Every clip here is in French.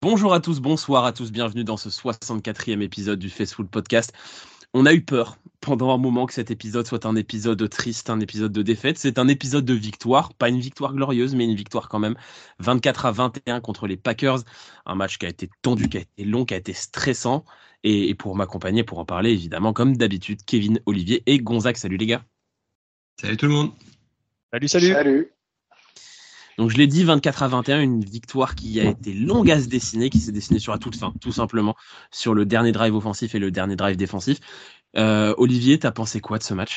Bonjour à tous, bonsoir à tous, bienvenue dans ce 64e épisode du Fast Food Podcast. On a eu peur pendant un moment que cet épisode soit un épisode triste, un épisode de défaite. C'est un épisode de victoire, pas une victoire glorieuse, mais une victoire quand même. 24-21 contre les Packers, un match qui a été tendu, qui a été long, qui a été stressant. Et pour m'accompagner, pour en parler évidemment, comme d'habitude, Kevin, Olivier et Gonzague. Salut les gars. Salut tout le monde. Salut. Donc je l'ai dit, 24-21, une victoire qui a été longue à se dessiner, qui s'est dessinée sur la toute fin, tout simplement, sur le dernier drive offensif et le dernier drive défensif. Olivier, t'as pensé quoi de ce match ?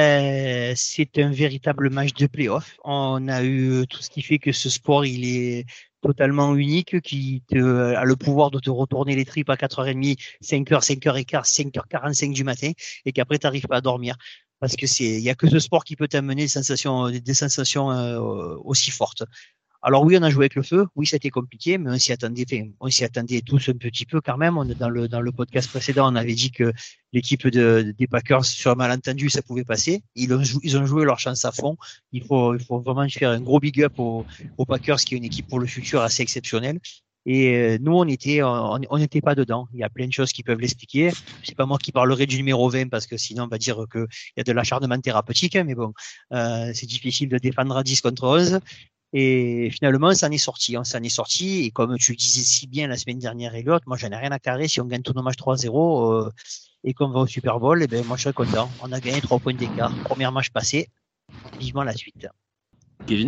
C'est un véritable match de play-off. On a eu tout ce qui fait que ce sport, il est totalement unique, qui a le pouvoir de te retourner les tripes à 4h30, 5h, 5h15, 5h45 du matin, et qu'après t'arrives pas à dormir. Parce que il y a que ce sport qui peut t'amener des sensations aussi fortes. Alors oui, on a joué avec le feu. Oui, c'était compliqué, mais on s'y attendait tous un petit peu quand même. Dans le podcast précédent, on avait dit que l'équipe des Packers, sur un malentendu, ça pouvait passer. Ils ont joué leur chance à fond. Il faut vraiment faire un gros big up aux Packers, qui est une équipe pour le futur assez exceptionnelle. Et nous, on n'était pas dedans. Il y a plein de choses qui peuvent l'expliquer. C'est pas moi qui parlerai du numéro 20, parce que sinon on va dire que il y a de l'acharnement thérapeutique. Mais bon, c'est difficile de défendre à 10 contre 11. Et finalement, on s'en est sorti. Et comme tu disais si bien la semaine dernière, Elliot, moi, j'en ai rien à carrer. Si on gagne tous nos matchs 3-0 et qu'on va au Super Bowl, eh ben, moi, je serais content. On a gagné 3 points d'écart. Premier match passé. Vivement la suite. Kevin ?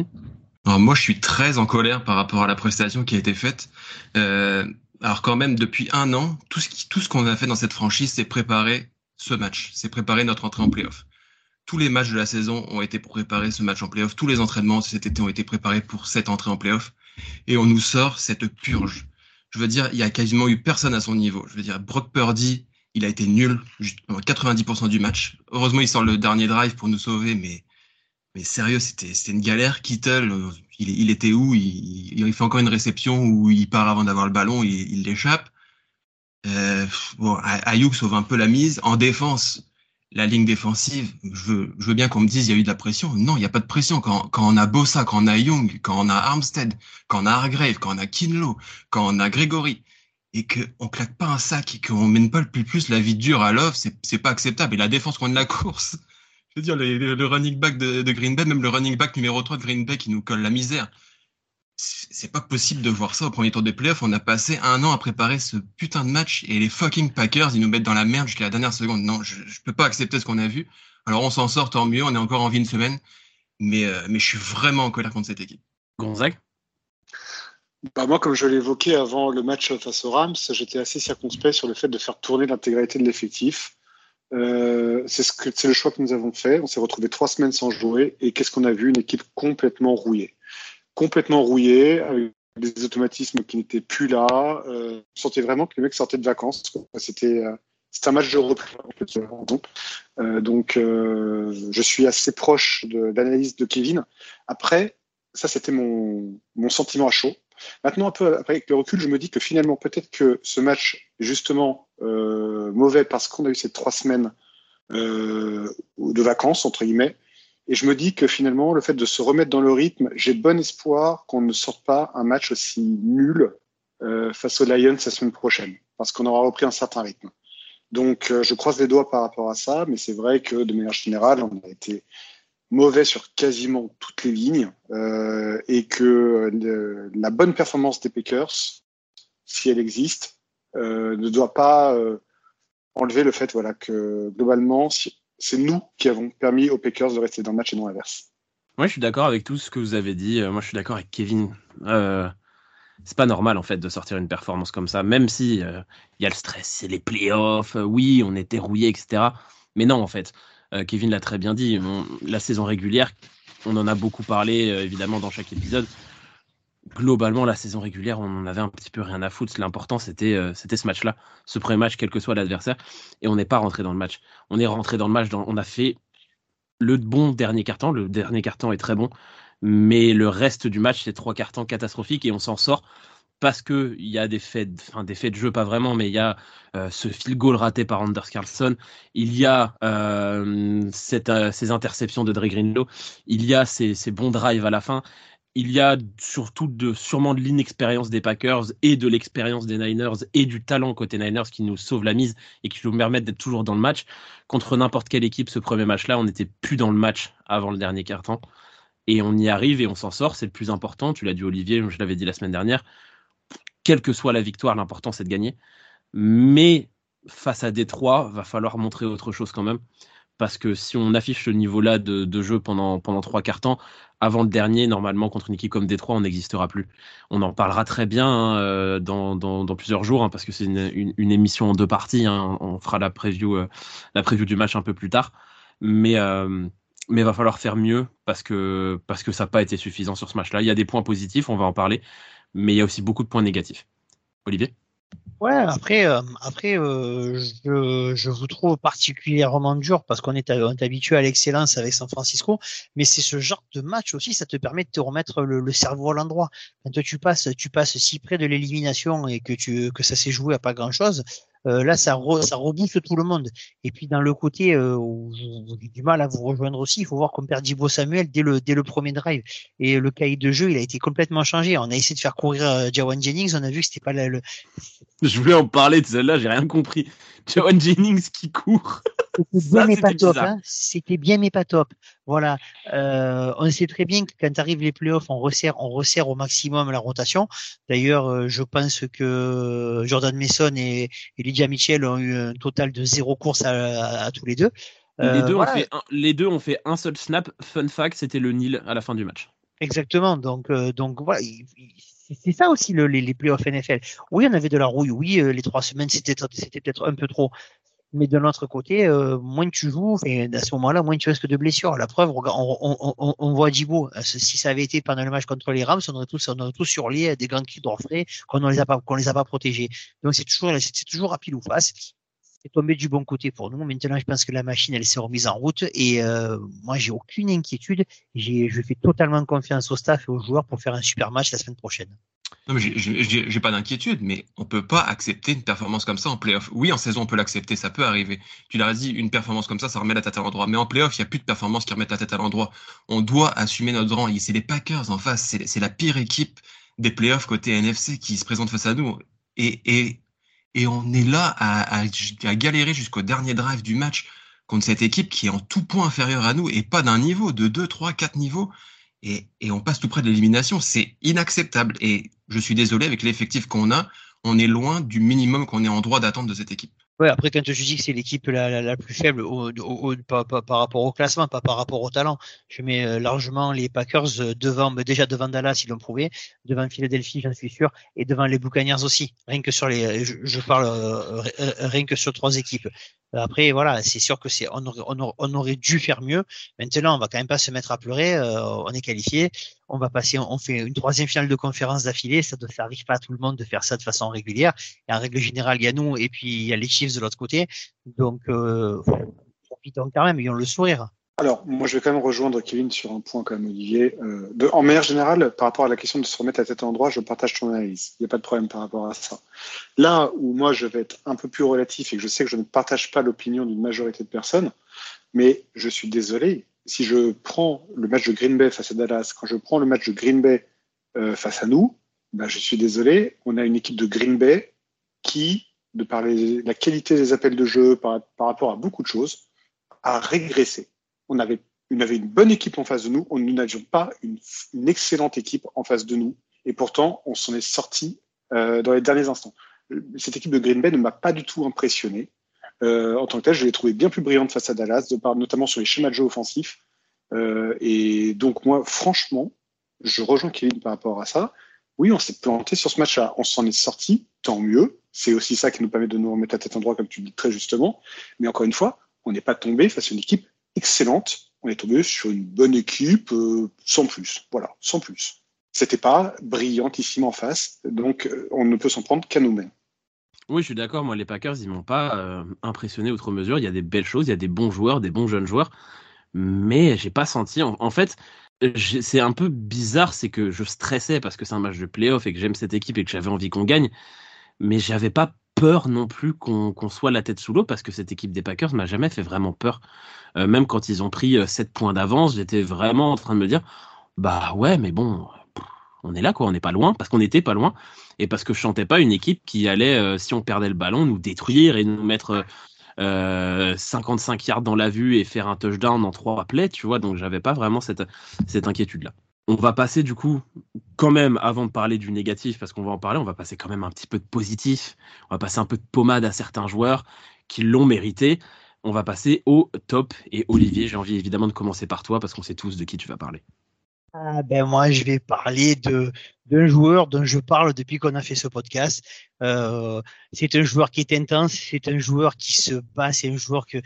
Alors moi, je suis très en colère par rapport à la prestation qui a été faite. Alors quand même, depuis un an, tout ce qu'on a fait dans cette franchise, c'est préparer ce match. C'est préparer notre entrée en play-off. Tous les matchs de la saison ont été pour préparer ce match en play-off. Tous les entraînements cet été ont été préparés pour cette entrée en play-off. Et on nous sort cette purge. Je veux dire, il y a quasiment eu personne à son niveau. Je veux dire, Brock Purdy, il a été nul pendant 90% du match. Heureusement, il sort le dernier drive pour nous sauver, mais sérieux, c'était une galère. Kittle, il était où? Il fait encore une réception où il part avant d'avoir le ballon, il l'échappe. Ayuk sauve un peu la mise. En défense, la ligne défensive, je veux bien qu'on me dise il y a eu de la pression. Non, il n'y a pas de pression. Quand on a Bosa, quand on a Young, quand on a Armstead, quand on a Hargrave, quand on a Kinlaw, quand on a Gregory, et qu'on claque pas un sac et qu'on mène pas le plus la vie dure à l'off, c'est pas acceptable. Et la défense contre la course, je veux dire, le running back de Green Bay, même le running back numéro 3 de Green Bay qui nous colle la misère. C'est pas possible de voir ça au premier tour des playoffs. On a passé un an à préparer ce putain de match et les fucking Packers, ils nous mettent dans la merde jusqu'à la dernière seconde. Non, je peux pas accepter ce qu'on a vu. Alors on s'en sort, tant mieux, on est encore en vie une semaine. Mais je suis vraiment en colère contre cette équipe. Gonzague ? Moi, comme je l'évoquais avant le match face aux Rams, j'étais assez circonspect sur le fait de faire tourner l'intégralité de l'effectif. C'est le choix que nous avons fait. On s'est retrouvé 3 semaines sans jouer. Et qu'est-ce qu'on a vu? Une équipe complètement rouillée, avec des automatismes qui n'étaient plus là. On sentait vraiment que les mecs sortaient de vacances. C'était un match de reprise. Donc, je suis assez proche de l'analyse de Kevin. Après, ça, c'était mon sentiment à chaud. Maintenant, un peu après, avec le recul, je me dis que finalement, peut-être que ce match est justement mauvais parce qu'on a eu ces 3 semaines de vacances, entre guillemets. Et je me dis que finalement, le fait de se remettre dans le rythme, j'ai bon espoir qu'on ne sorte pas un match aussi nul face aux Lions la semaine prochaine, parce qu'on aura repris un certain rythme. Donc, je croise les doigts par rapport à ça, mais c'est vrai que de manière générale, on a été mauvais sur quasiment toutes les lignes et que la bonne performance des Packers, si elle existe, ne doit pas enlever le fait que globalement, c'est nous qui avons permis aux Packers de rester dans le match et non l'inverse. Moi, je suis d'accord avec tout ce que vous avez dit. Moi, je suis d'accord avec Kevin. C'est pas normal, en fait, de sortir une performance comme ça, même si y a le stress, c'est les playoffs, oui, on était rouillés, etc. Mais non, en fait, Kevin l'a très bien dit. La saison régulière, on en a beaucoup parlé, évidemment, dans chaque épisode. Globalement, la saison régulière, on en avait un petit peu rien à foutre. L'important, c'était ce match-là, ce premier match, quel que soit l'adversaire. Et on n'est pas rentré dans le match. On est rentré dans le match, on a fait le bon dernier quart-temps. Le dernier quart-temps est très bon. Mais le reste du match, c'est 3 quarts-temps catastrophiques et on s'en sort parce qu'il y a des faits de jeu, pas vraiment, mais il y a ce field goal raté par Anders Carlson, il y a ces interceptions de Dre Greenlaw, il y a ces bons drives à la fin. il y a surtout sûrement de l'inexpérience des Packers et de l'expérience des Niners et du talent côté Niners qui nous sauve la mise et qui nous permettent d'être toujours dans le match. Contre n'importe quelle équipe, ce premier match-là, on n'était plus dans le match avant le dernier quart-temps. Et on y arrive et on s'en sort, c'est le plus important. Tu l'as dit, Olivier, je l'avais dit la semaine dernière. Quelle que soit la victoire, l'important, c'est de gagner. Mais face à Détroit, va falloir montrer autre chose quand même. Parce que si on affiche ce niveau-là de jeu pendant 3 quarts temps, avant le dernier, normalement, contre une équipe comme Détroit, on n'existera plus. On en parlera très bien dans plusieurs jours, parce que c'est une émission en 2 parties. On fera la preview du match un peu plus tard. Mais il va falloir faire mieux parce que ça n'a pas été suffisant sur ce match-là. Il y a des points positifs, on va en parler, mais il y a aussi beaucoup de points négatifs. Olivier ? Ouais, après, je vous trouve particulièrement dur parce qu'on est habitué à l'excellence avec San Francisco, mais c'est ce genre de match aussi, ça te permet de te remettre le cerveau à l'endroit. Quand tu passes si près de l'élimination et que ça s'est joué à pas grand-chose, là, ça rebooste tout le monde. Et puis dans le côté où j'ai du mal à vous rejoindre aussi, il faut voir qu'on perd Deebo Samuel dès le premier drive. Et le cahier de jeu, il a été complètement changé. On a essayé de faire courir Jawan Jennings, on a vu que c'était pas Je voulais en parler de celle-là, j'ai rien compris. Jawan Jennings qui court. C'était bien, mais pas top. Hein. C'était bien, mais pas top. Voilà. On sait très bien que quand arrivent les playoffs, on resserre au maximum la rotation. D'ailleurs, je pense que Jordan Mason et Elijah Mitchell ont eu un total de 0 course à tous les deux. Les deux ont fait un seul snap. Fun fact, c'était le nil à la fin du match. Exactement. Donc voilà. C'est ça aussi les playoffs NFL. Oui, on avait de la rouille. Oui, les 3 semaines, c'était peut-être un peu trop. Mais de l'autre côté, moins tu joues, à ce moment-là, moins tu risques de blessures. La preuve, on voit Djibo. Si ça avait été pendant le match contre les Rams, on aurait tous surlié des grands kills d'orfraie qu'on les a pas protégés. Donc c'est toujours à pile ou face. C'est tombé du bon côté pour nous. Maintenant, je pense que la machine, elle s'est remise en route et moi, j'ai aucune inquiétude. Je fais totalement confiance au staff et aux joueurs pour faire un super match la semaine prochaine. Non, mais j'ai pas d'inquiétude, mais on peut pas accepter une performance comme ça en playoff. Oui, en saison, on peut l'accepter, ça peut arriver. Tu l'as dit, une performance comme ça remet la tête à l'endroit. Mais en playoff, il n'y a plus de performance qui remettent la tête à l'endroit. On doit assumer notre rang. C'est les Packers en face. C'est la pire équipe des playoffs côté NFC qui se présente face à nous. Et on est là à galérer jusqu'au dernier drive du match contre cette équipe qui est en tout point inférieure à nous et pas d'un niveau, de 2, 3, 4 niveaux. Et on passe tout près de l'élimination. C'est inacceptable. Et je suis désolé, avec l'effectif qu'on a, on est loin du minimum qu'on est en droit d'attendre de cette équipe. Ouais, après, quand je dis que c'est l'équipe la plus faible par rapport au classement, pas par rapport au talent, je mets largement les Packers devant Dallas, ils l'ont prouvé, devant Philadelphie, j'en suis sûr, et devant les Buccaneers aussi. Rien que sur je parle rien que sur 3 équipes. Après, voilà, c'est sûr que on aurait dû faire mieux. Maintenant, on va quand même pas se mettre à pleurer. On est qualifié. On fait une 3e finale de conférence d'affilée. Ça arrive pas à tout le monde de faire ça de façon régulière. Et en règle générale, il y a nous et puis il y a les Chiefs de l'autre côté. Donc, profitons quand même, ayons le sourire. Alors, moi, je vais quand même rejoindre Kevin sur un point quand même, Olivier. En manière générale, par rapport à la question de se remettre la tête à l'endroit, je partage ton analyse. Il n'y a pas de problème par rapport à ça. Là où moi, je vais être un peu plus relatif et que je sais que je ne partage pas l'opinion d'une majorité de personnes, mais je suis désolé, si je prends le match de Green Bay face à Dallas, quand je prends le match de Green Bay face à nous, ben, je suis désolé, on a une équipe de Green Bay qui, de par la qualité des appels de jeu, par rapport à beaucoup de choses, a régressé. On avait une bonne équipe en face de nous, nous n'avions pas une excellente équipe en face de nous, et pourtant, on s'en est sorti dans les derniers instants. Cette équipe de Green Bay ne m'a pas du tout impressionné. En tant que tel, je l'ai trouvée bien plus brillante face à Dallas, notamment sur les schémas de jeu offensifs. Et donc, moi, franchement, je rejoins Kevin par rapport à ça. Oui, on s'est planté sur ce match-là. On s'en est sorti, tant mieux. C'est aussi ça qui nous permet de nous remettre la tête en droit, comme tu dis très justement. Mais encore une fois, on n'est pas tombé face à une équipe excellente. On est tombé sur une bonne équipe, sans plus. Voilà, sans plus. C'était pas brillantissime en face, donc on ne peut s'en prendre qu'à nous-mêmes. Oui, je suis d'accord. Moi, les Packers, ils m'ont pas impressionné outre mesure. Il y a des belles choses, il y a des bons joueurs, des bons jeunes joueurs, mais j'ai pas senti. En fait, c'est un peu bizarre, c'est que je stressais parce que c'est un match de play-off et que j'aime cette équipe et que j'avais envie qu'on gagne, mais j'avais pas peur non plus qu'on soit la tête sous l'eau parce que cette équipe des Packers m'a jamais fait vraiment peur. Même quand ils ont pris 7 points d'avance, j'étais vraiment en train de me dire, bah ouais, mais bon, on est là, quoi, on n'est pas loin, parce qu'on n'était pas loin, et parce que je sentais pas une équipe qui allait, si on perdait le ballon, nous détruire et nous mettre 55 yards dans la vue et faire un touchdown en 3 plays, tu vois, donc j'avais pas vraiment cette inquiétude-là. On va passer du coup, quand même, avant de parler du négatif, parce qu'on va en parler, on va passer quand même un petit peu de positif, on va passer un peu de pommade à certains joueurs qui l'ont mérité. On va passer au top. Et Olivier, j'ai envie évidemment de commencer par toi, parce qu'on sait tous de qui tu vas parler. Ah ben moi je vais parler d'un joueur dont je parle depuis qu'on a fait ce podcast. C'est un joueur qui est intense, c'est un joueur qui se bat, c'est un joueur que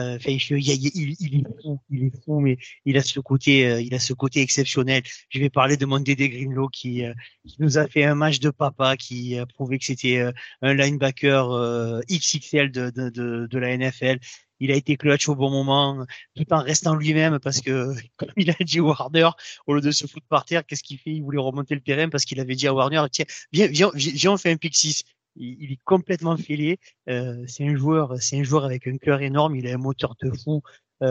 il est fou, mais il a ce côté exceptionnel. Je vais parler de mon Dédé Greenlow qui nous a fait un match de papa, qui a prouvé que c'était un linebacker XXL de la NFL. Il a été clutch au bon moment, tout en restant lui-même, parce que, comme il a dit Warner, au lieu de se foutre par terre, qu'est-ce qu'il fait? Il voulait remonter le terrain parce qu'il avait dit à Warner, tiens, viens, on fait un pick 6. Il est complètement fêlé. C'est un joueur avec un cœur énorme. Il a un moteur de fou.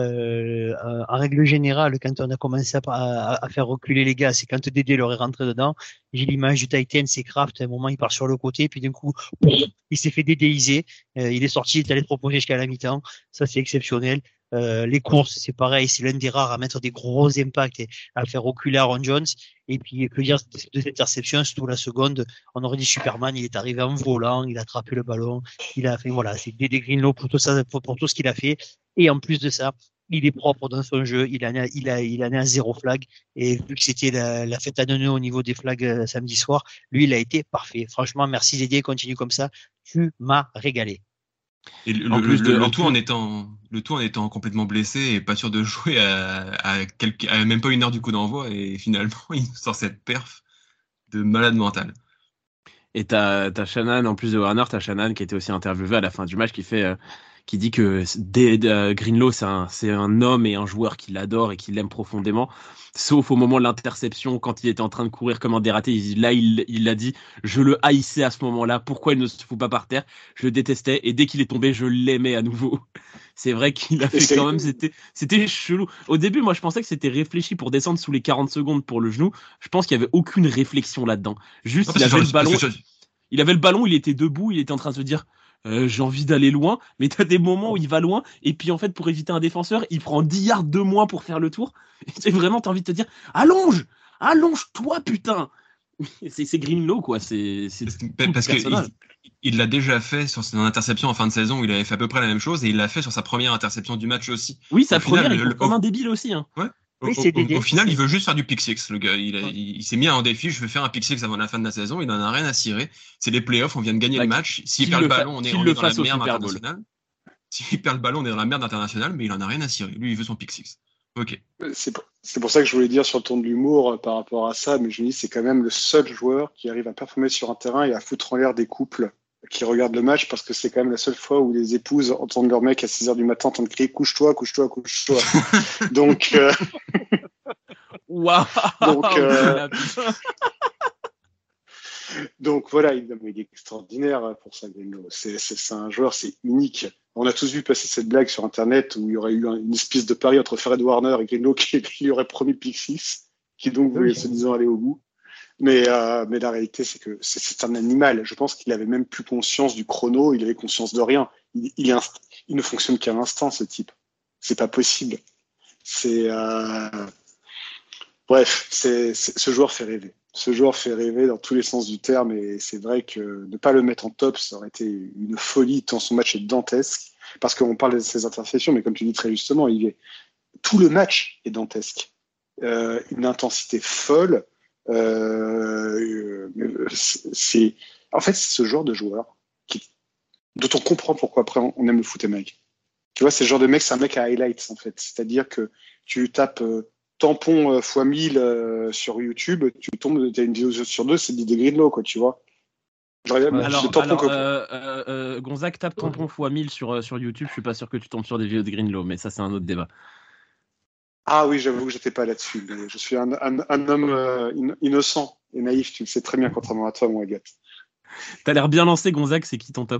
En règle générale, quand on a commencé à faire reculer les gars, c'est quand Dédé leur est rentré dedans. J'ai l'image du Titan, c'est Kraft. À un moment, il part sur le côté, puis d'un coup, il s'est fait dédéiser. Il est sorti, il est allé proposer jusqu'à la mi-temps. Ça, c'est exceptionnel. Les courses, c'est pareil, c'est l'un des rares à mettre des gros impacts et à faire reculer Aaron Jones. Et puis, que dire de cette interception, surtout la seconde, on aurait dit Superman, il est arrivé en volant, il a attrapé le ballon, il a fait, voilà, c'est Dédé Greenlow pour tout ça, pour tout ce qu'il a fait. Et en plus de ça, il est propre dans son jeu, il en a 0 flag. Et vu que c'était la fête à Neuneu au niveau des flags samedi soir, lui, il a été parfait. Franchement, merci Dédé, continue comme ça. Tu m'as régalé. Et le tout en étant complètement blessé et pas sûr de jouer à même pas 1 heure du coup d'envoi, et finalement il nous sort cette perf de malade mental. Et t'as Shannon, en plus de Warner, t'as Shannon qui était aussi interviewé à la fin du match, qui dit que Greenlow, c'est un homme et un joueur qu'il adore et qu'il aime profondément. Sauf au moment de l'interception, quand il était en train de courir comme un dératé, il a dit, je le haïssais à ce moment-là. Pourquoi il ne se fout pas par terre? Je le détestais et dès qu'il est tombé, je l'aimais à nouveau. C'est vrai qu'il a fait quand même, c'était chelou. Au début, moi, je pensais que c'était réfléchi pour descendre sous les 40 secondes pour le genou. Je pense qu'il y avait aucune réflexion là-dedans. Juste, il avait le ballon. Il avait le ballon, il était debout, il était en train de se dire j'ai envie d'aller loin, mais t'as des moments où il va loin, et puis en fait, pour éviter un défenseur, il prend 10 yards de moins pour faire le tour. Et c'est vraiment, t'as envie de te dire allonge-toi, putain. C'est Greenlow, quoi. C'est parce que il l'a déjà fait sur son interception en fin de saison, il avait fait à peu près la même chose, et il l'a fait sur sa première interception du match aussi. Oui, sa première, il court comme un débile aussi. Hein. Ouais. Oui, au final, il veut juste faire du pick six. Le gars, il s'est mis en défi. Je veux faire un pick six avant la fin de la saison. Il en a rien à cirer. C'est les playoffs. On vient de gagner le match. S'il perd le ballon, on est dans la merde internationale. S'il perd le ballon, on est dans la merde internationale. Mais il en a rien à cirer. Lui, il veut son pick six. Ok. C'est pour ça que je voulais dire sur le ton de l'humour par rapport à ça. Mais je me dis, c'est quand même le seul joueur qui arrive à performer sur un terrain et à foutre en l'air des couples qui regardent le match, parce que c'est quand même la seule fois où les épouses entendent leur mec à 6h du matin en train de crier couche-toi, couche-toi, couche-toi. Donc waouh. Donc voilà, il est extraordinaire pour ça, Greenlow. C'est un joueur, c'est unique. On a tous vu passer cette blague sur Internet où il y aurait eu une espèce de pari entre Fred Warner et Greenlow qui lui aurait promis pick 6, qui donc voulait se disant aller au bout. Mais la réalité, c'est que c'est un animal. Je pense qu'il avait même plus conscience du chrono, il avait conscience de rien. Il ne fonctionne qu'à l'instant, ce type. C'est pas possible. Bref, ce joueur fait rêver. Ce joueur fait rêver dans tous les sens du terme, et c'est vrai que ne pas le mettre en top, ça aurait été une folie, tant son match est dantesque. Parce qu'on parle de ses interceptions, mais comme tu dis très justement, tout le match est dantesque. Une intensité folle. C'est ce genre de joueur dont on comprend pourquoi après on aime le foot américain. Tu vois, c'est le genre de mec, c'est un mec à highlights en fait. C'est-à-dire que tu tapes tampon x 1000 sur YouTube, tu tombes, t'as une vidéo sur 2, c'est Dédé Greenlow, quoi, tu vois. Gonzague tape tampon x 1000 sur YouTube, je suis pas sûr que tu tombes sur des vidéos de Greenlow, mais ça c'est un autre débat. Ah oui, j'avoue que j'étais pas là-dessus. Mais je suis un homme innocent et naïf, tu le sais très bien, contrairement à toi, mon Agathe. T'as l'air bien lancé, Gonzague, c'est qui ton top?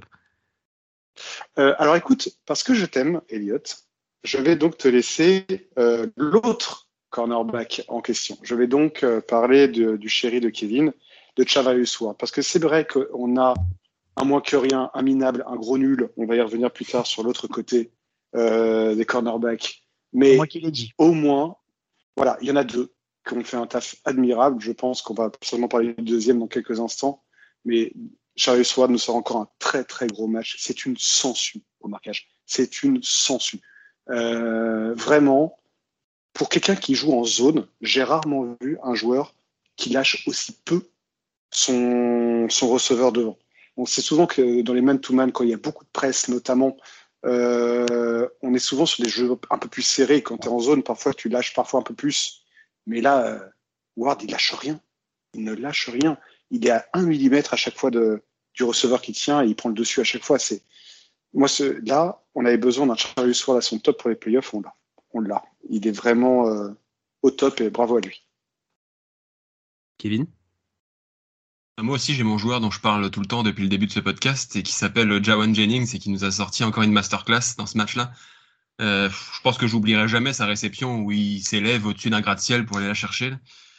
Alors écoute, parce que je t'aime, Elliot, je vais donc te laisser l'autre cornerback en question. Je vais donc parler du chéri de Kevin, de Charvarius Ward, parce que c'est vrai qu'on a un moins que rien, un minable, un gros nul. On va y revenir plus tard sur l'autre côté des cornerbacks. Mais moi qui l'ai dit. Au moins, voilà, il y en a deux qui ont fait un taf admirable. Je pense qu'on va seulement parler du deuxième dans quelques instants. Mais Charvarius Ward nous sort encore un très, très gros match. C'est une sangsue au marquage. C'est une sangsue. Vraiment, pour quelqu'un qui joue en zone, j'ai rarement vu un joueur qui lâche aussi peu son receveur devant. On sait souvent que dans les man-to-man, quand il y a beaucoup de presse notamment, on est souvent sur des jeux un peu plus serrés. Quand tu es en zone, parfois tu lâches parfois un peu plus. Mais là, Ward, il lâche rien. Il ne lâche rien. Il est à 1 millimètre à chaque fois du receveur qui tient et il prend le dessus à chaque fois. Là, on avait besoin d'un Charvarius Ward à son top pour les playoffs. On l'a. Il est vraiment au top et bravo à lui. Kevin? Moi aussi, j'ai mon joueur dont je parle tout le temps depuis le début de ce podcast et qui s'appelle Ja'Wuan Jennings et qui nous a sorti encore une masterclass dans ce match-là. Je pense que j'oublierai jamais sa réception où il s'élève au-dessus d'un gratte-ciel pour aller la chercher,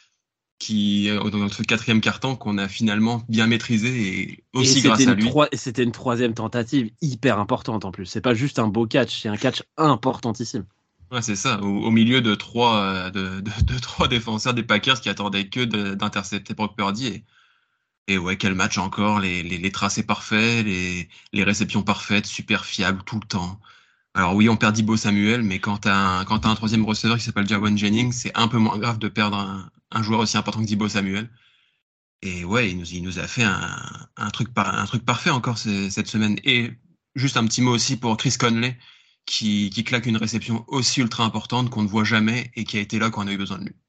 dans ce quatrième quart-temps qu'on a finalement bien maîtrisé et aussi grâce à lui. C'était une troisième tentative hyper importante en plus. C'est pas juste un beau catch, c'est un catch importantissime. Ouais, c'est ça. Au milieu de trois défenseurs des Packers qui attendaient que d'intercepter Brock Purdy. Et ouais, quel match encore, les tracés parfaits, les réceptions parfaites, super fiables tout le temps. Alors oui, on perd Deebo Samuel, mais quand t'as un troisième receveur qui s'appelle Ja'Wuan Jennings, c'est un peu moins grave de perdre un joueur aussi important que Deebo Samuel. Et ouais, il nous a fait un truc parfait encore cette semaine. Et juste un petit mot aussi pour Chris Conley, qui claque une réception aussi ultra importante qu'on ne voit jamais et qui a été là quand on a eu besoin de lui.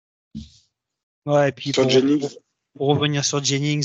Ouais, et puis pour revenir sur Jennings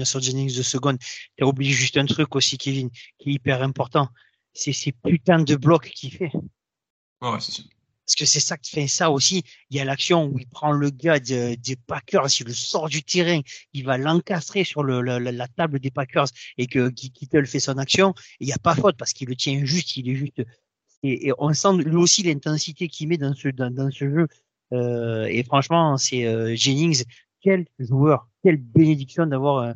2 secondes, t'as oublié juste un truc aussi, Kevin, qui est hyper important. C'est ces putains de blocs qu'il fait. Ouais, c'est sûr. Parce que c'est ça qui fait ça aussi. Il y a l'action où il prend le gars des Packers, il le sort du terrain, il va l'encastrer sur la table des Packers et que Kittle fait son action. Il n'y a pas faute parce qu'il le tient juste, il est juste. Et on sent lui aussi l'intensité qu'il met dans ce jeu. Et franchement, c'est Jennings. Quel joueur, quelle bénédiction d'avoir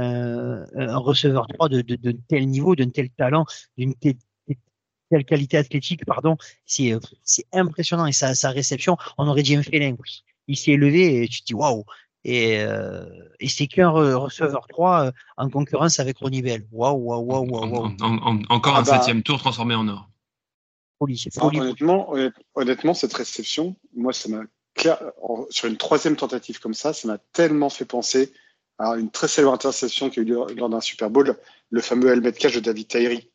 un receveur 3 de tel niveau, d'un tel talent, d'une telle qualité athlétique, pardon. C'est impressionnant. Et sa réception, on aurait dit un félin. Il s'est élevé et tu te dis waouh. Et c'est qu'un receveur 3 en concurrence avec Ronnie Bell. Waouh. Encore un 7e tour transformé en or. Folie. Honnêtement, cette réception, moi, ça m'a sur une troisième tentative comme ça m'a tellement fait penser à une très célèbre interception qui a eu lieu lors d'un Super Bowl, le fameux helmet catch de David Tyree.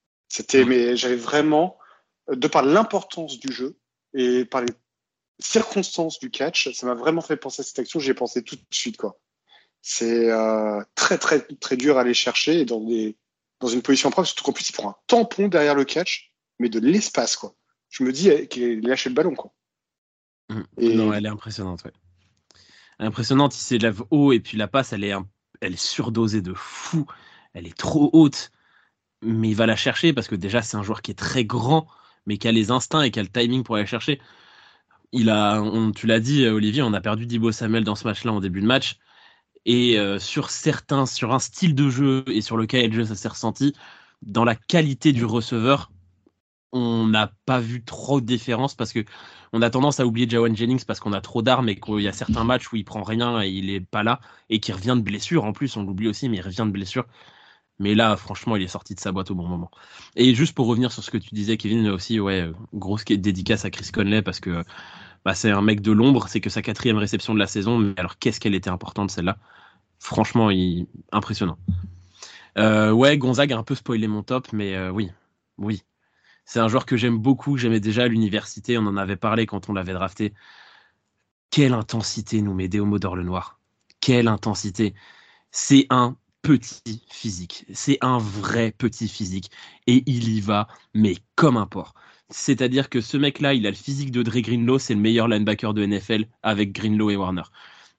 Mais j'avais vraiment, de par l'importance du jeu et par les circonstances du catch, ça m'a vraiment fait penser à cette action. J'y ai pensé tout de suite, quoi. C'est très, très, très dur à aller chercher et dans une position propre, surtout qu'en plus, il prend un tampon derrière le catch, mais de l'espace, quoi. Je me dis qu'il a lâché le ballon, quoi. Non, elle est impressionnante, ouais. Impressionnante, il s'élève haut et puis la passe, elle est surdosée de fou. Elle est trop haute, mais il va la chercher parce que déjà, c'est un joueur qui est très grand, mais qui a les instincts et qui a le timing pour aller chercher. Tu l'as dit, Olivier, on a perdu Deebo Samuel dans ce match-là en début de match. Et sur un style de jeu et sur le cahier de jeu, ça s'est ressenti. Dans la qualité du receveur, on n'a pas vu trop de différence parce que on a tendance à oublier Ja'Wuan Jennings parce qu'on a trop d'armes et qu'il y a certains matchs où il prend rien et il est pas là et qu'il revient de blessure. En plus, on l'oublie aussi, mais il revient de blessure. Mais là, franchement, il est sorti de sa boîte au bon moment. Et juste pour revenir sur ce que tu disais, Kevin, aussi, ouais, grosse dédicace à Chris Conley parce que c'est un mec de l'ombre. C'est que sa 4e réception de la saison. Mais alors, qu'est-ce qu'elle était importante, celle-là. Franchement, impressionnant. Ouais, Gonzague a un peu spoilé mon top, mais oui. C'est un joueur que j'aime beaucoup, que j'aimais déjà à l'université, on en avait parlé quand on l'avait drafté. Quelle intensité nous met Deomodor Lenoir. Quelle intensité. C'est un petit physique. C'est un vrai petit physique. Et il y va, mais comme un porc. C'est-à-dire que ce mec-là, il a le physique de Dre Greenlaw, c'est le meilleur linebacker de NFL avec Greenlaw et Warner.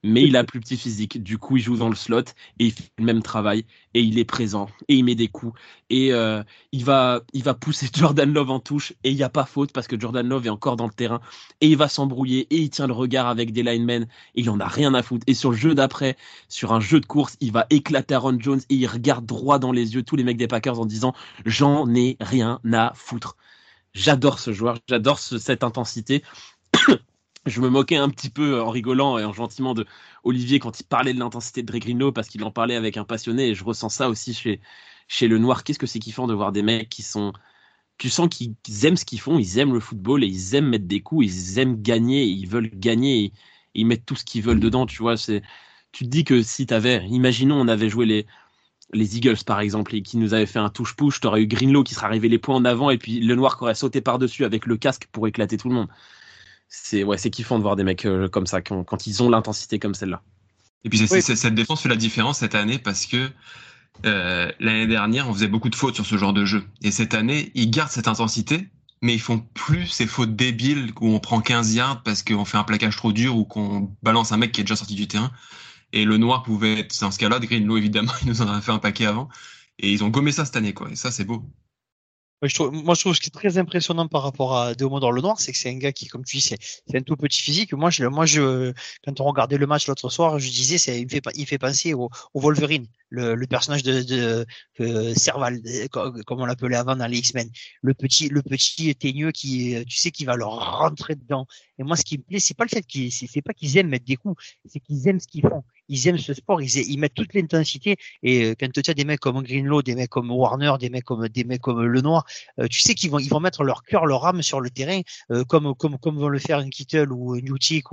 mais il a plus petit physique. Du coup, il joue dans le slot et il fait le même travail et il est présent et il met des coups et il va pousser Jordan Love en touche et il n'y a pas faute parce que Jordan Love est encore dans le terrain et il va s'embrouiller et il tient le regard avec des linemen et il en a rien à foutre. Et sur le jeu d'après, sur un jeu de course, il va éclater Aaron Jones et il regarde droit dans les yeux tous les mecs des Packers en disant « J'en ai rien à foutre ». J'adore ce joueur, j'adore cette intensité. Je me moquais un petit peu en rigolant et en gentiment de Olivier quand il parlait de l'intensité de Dre Greenlaw parce qu'il en parlait avec un passionné et je ressens ça aussi chez le Noir. Qu'est-ce que c'est kiffant de voir des mecs qui sont... Tu sens qu'ils aiment ce qu'ils font, ils aiment le football et ils aiment mettre des coups, ils aiment gagner, ils veulent gagner et ils mettent tout ce qu'ils veulent dedans, tu vois. Tu te dis que si imaginons on avait joué les Eagles par exemple et qui nous avaient fait un touche-push, t'aurais eu Greenlaw qui serait arrivé les points en avant et puis le Noir qui aurait sauté par-dessus avec le casque pour éclater tout le monde. C'est kiffant de voir des mecs comme ça quand ils ont l'intensité comme celle-là. Et puis cette défense fait la différence cette année parce que l'année dernière on faisait beaucoup de fautes sur ce genre de jeu et cette année ils gardent cette intensité mais ils font plus ces fautes débiles où on prend 15 yards parce qu'on fait un plaquage trop dur ou qu'on balance un mec qui est déjà sorti du terrain. Et le Noir pouvait être dans ce cas-là, de Greenlaw évidemment, il nous en a fait un paquet avant. Et ils ont gommé ça cette année, quoi. Et ça, c'est beau. Moi, je trouve ce qui est très impressionnant par rapport à Deomodor le Noir, c'est que c'est un gars qui, comme tu dis, c'est un tout petit physique. Moi, quand on regardait le match l'autre soir, je disais, il fait penser au Wolverine, le personnage de Serval, comme on l'appelait avant dans les X-Men. Le petit teigneux qui, tu sais, qui va leur rentrer dedans. Et moi, ce qui me plaît, c'est pas le fait c'est pas qu'ils aiment mettre des coups, c'est qu'ils aiment ce qu'ils font. Ils aiment ce sport, ils mettent toute l'intensité. Et quand tu as des mecs comme Greenlaw, des mecs comme Warner, des mecs comme Le Noir, tu sais qu'ils vont mettre leur cœur, leur âme sur le terrain, comme vont le faire une Kittle ou une Utic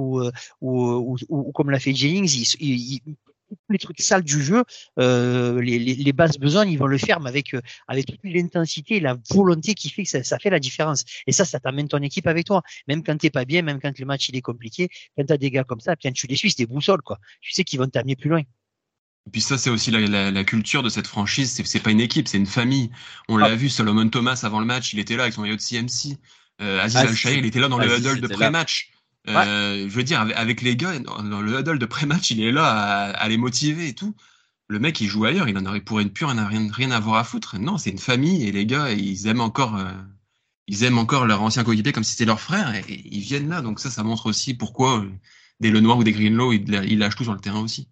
ou comme l'a fait Jennings. Les trucs sales du jeu, les bases besognes, ils vont le faire, mais avec toute l'intensité et la volonté qui fait que ça fait la différence. Et ça t'amène ton équipe avec toi. Même quand t'es pas bien, même quand le match il est compliqué, quand t'as des gars comme ça, tu les suis, c'est des boussoles, quoi. Tu sais qu'ils vont t'amener plus loin. Et puis ça, c'est aussi la culture de cette franchise. C'est pas une équipe, c'est une famille. On l'a vu, Solomon Thomas avant le match, il était là avec son maillot de CMC. Aziz Al-Shahir, il était là dans le huddle de pré-match. Je veux dire, avec les gars, dans le huddle de pré-match, il est là à les motiver et tout. Le mec, il joue ailleurs, il en aurait pour une pure, rien à voir à foutre. Non, c'est une famille et les gars, ils aiment encore leur ancien coéquipier comme si c'était leur frère et ils viennent là. Donc ça montre aussi pourquoi des Le Noir ou des Greenlaw, ils lâchent tout sur le terrain aussi.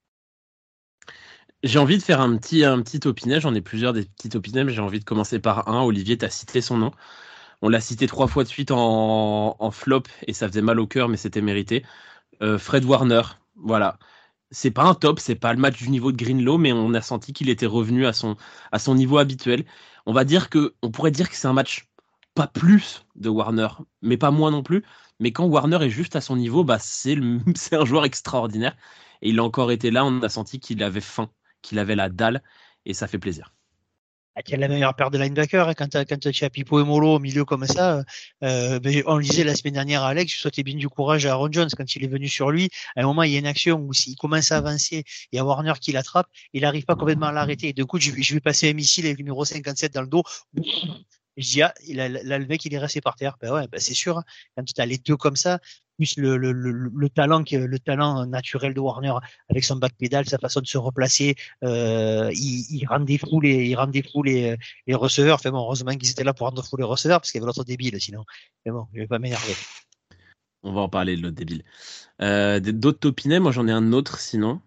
J'ai envie de faire un petit opinet, j'en ai plusieurs des petits opinets, mais j'ai envie de commencer par un. Olivier, t'as cité son nom. On l'a cité 3 fois de suite en flop et ça faisait mal au cœur, mais c'était mérité. Fred Warner, voilà. C'est pas un top, c'est pas le match du niveau de Greenlaw, mais on a senti qu'il était revenu à son niveau habituel. On pourrait dire que c'est un match pas plus de Warner, mais pas moins non plus. Mais quand Warner est juste à son niveau, c'est un joueur extraordinaire. Et il a encore été là, on a senti qu'il avait faim, qu'il avait la dalle, et ça fait plaisir. Tu as la meilleure paire de linebackers, hein, quand tu as Pipo et Molo au milieu comme ça. On le disait la semaine dernière à Alex, je souhaitais bien du courage à Aaron Jones quand il est venu sur lui. À un moment, il y a une action où s'il commence à avancer, il y a Warner qui l'attrape, il n'arrive pas complètement à l'arrêter. Et de coup, je vais passer un missile avec le numéro 57 dans le dos. Je dis, là, le mec, il est resté par terre. C'est sûr. Hein. Quand tu as les deux comme ça, plus le talent naturel de Warner avec son back pédale, sa façon de se replacer, il rend des fous les receveurs. Enfin bon, heureusement qu'ils étaient là pour rendre fous les receveurs parce qu'il y avait l'autre débile sinon. Mais bon, je vais pas m'énerver. On va en parler de l'autre débile. D'autres topinets, moi j'en ai un autre sinon.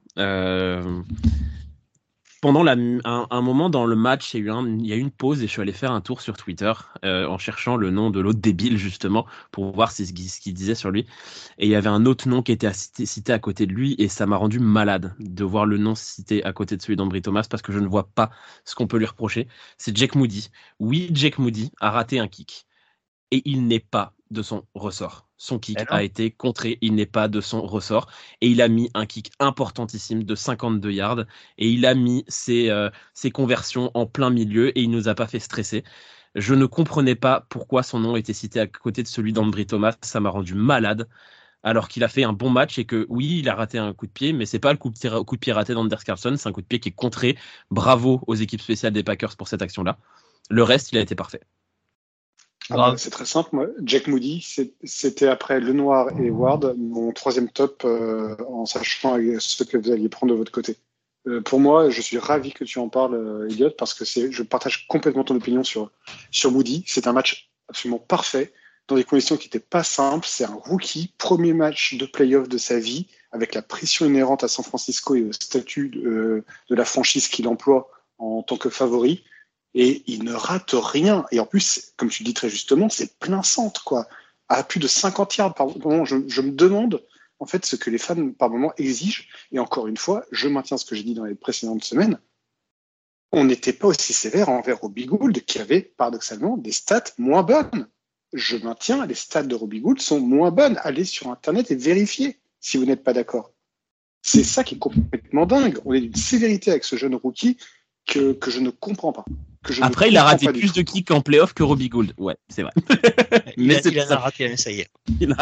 Pendant un moment dans le match, il y a eu une pause et je suis allé faire un tour sur Twitter en cherchant le nom de l'autre débile justement pour voir ce qu'il disait sur lui. Et il y avait un autre nom qui était cité à côté de lui et ça m'a rendu malade de voir le nom cité à côté de celui d'Ambry Thomas parce que je ne vois pas ce qu'on peut lui reprocher. C'est Jake Moody. Oui, Jake Moody a raté un kick et il n'est pas de son ressort. Son kick a été contré, il n'est pas de son ressort. Et il a mis un kick importantissime de 52 yards. Et il a mis ses conversions en plein milieu et il ne nous a pas fait stresser. Je ne comprenais pas pourquoi son nom était cité à côté de celui d'Ambry Thomas. Ça m'a rendu malade. Alors qu'il a fait un bon match et que oui, il a raté un coup de pied, mais c'est pas le coup de pied raté d'Anders Carlson, c'est un coup de pied qui est contré. Bravo aux équipes spéciales des Packers pour cette action-là. Le reste, il a été parfait. C'est très simple. Moi, Jack Moody, c'était après Lenoir et Ward, mon troisième top en sachant ce que vous alliez prendre de votre côté. Pour moi, je suis ravi que tu en parles, Elliot, parce que je partage complètement ton opinion sur Moody. C'est un match absolument parfait, dans des conditions qui n'étaient pas simples. C'est un rookie, premier match de playoff de sa vie, avec la pression inhérente à San Francisco et au statut de la franchise qu'il emploie en tant que favori. Et il ne rate rien. Et en plus, comme tu dis très justement, c'est plein centre, quoi. À plus de 50 yards par moment. Je me demande, en fait, ce que les fans, par moment, exigent. Et encore une fois, je maintiens ce que j'ai dit dans les précédentes semaines. On n'était pas aussi sévère envers Robbie Gould, qui avait, paradoxalement, des stats moins bonnes. Je maintiens, les stats de Robbie Gould sont moins bonnes. Allez sur Internet et vérifiez, si vous n'êtes pas d'accord. C'est ça qui est complètement dingue. On est d'une sévérité avec ce jeune rookie que je ne comprends pas. Après, il a raté plus de kicks en playoff que Robbie Gould. Ouais, c'est vrai. Mais il en a raté, ça y est.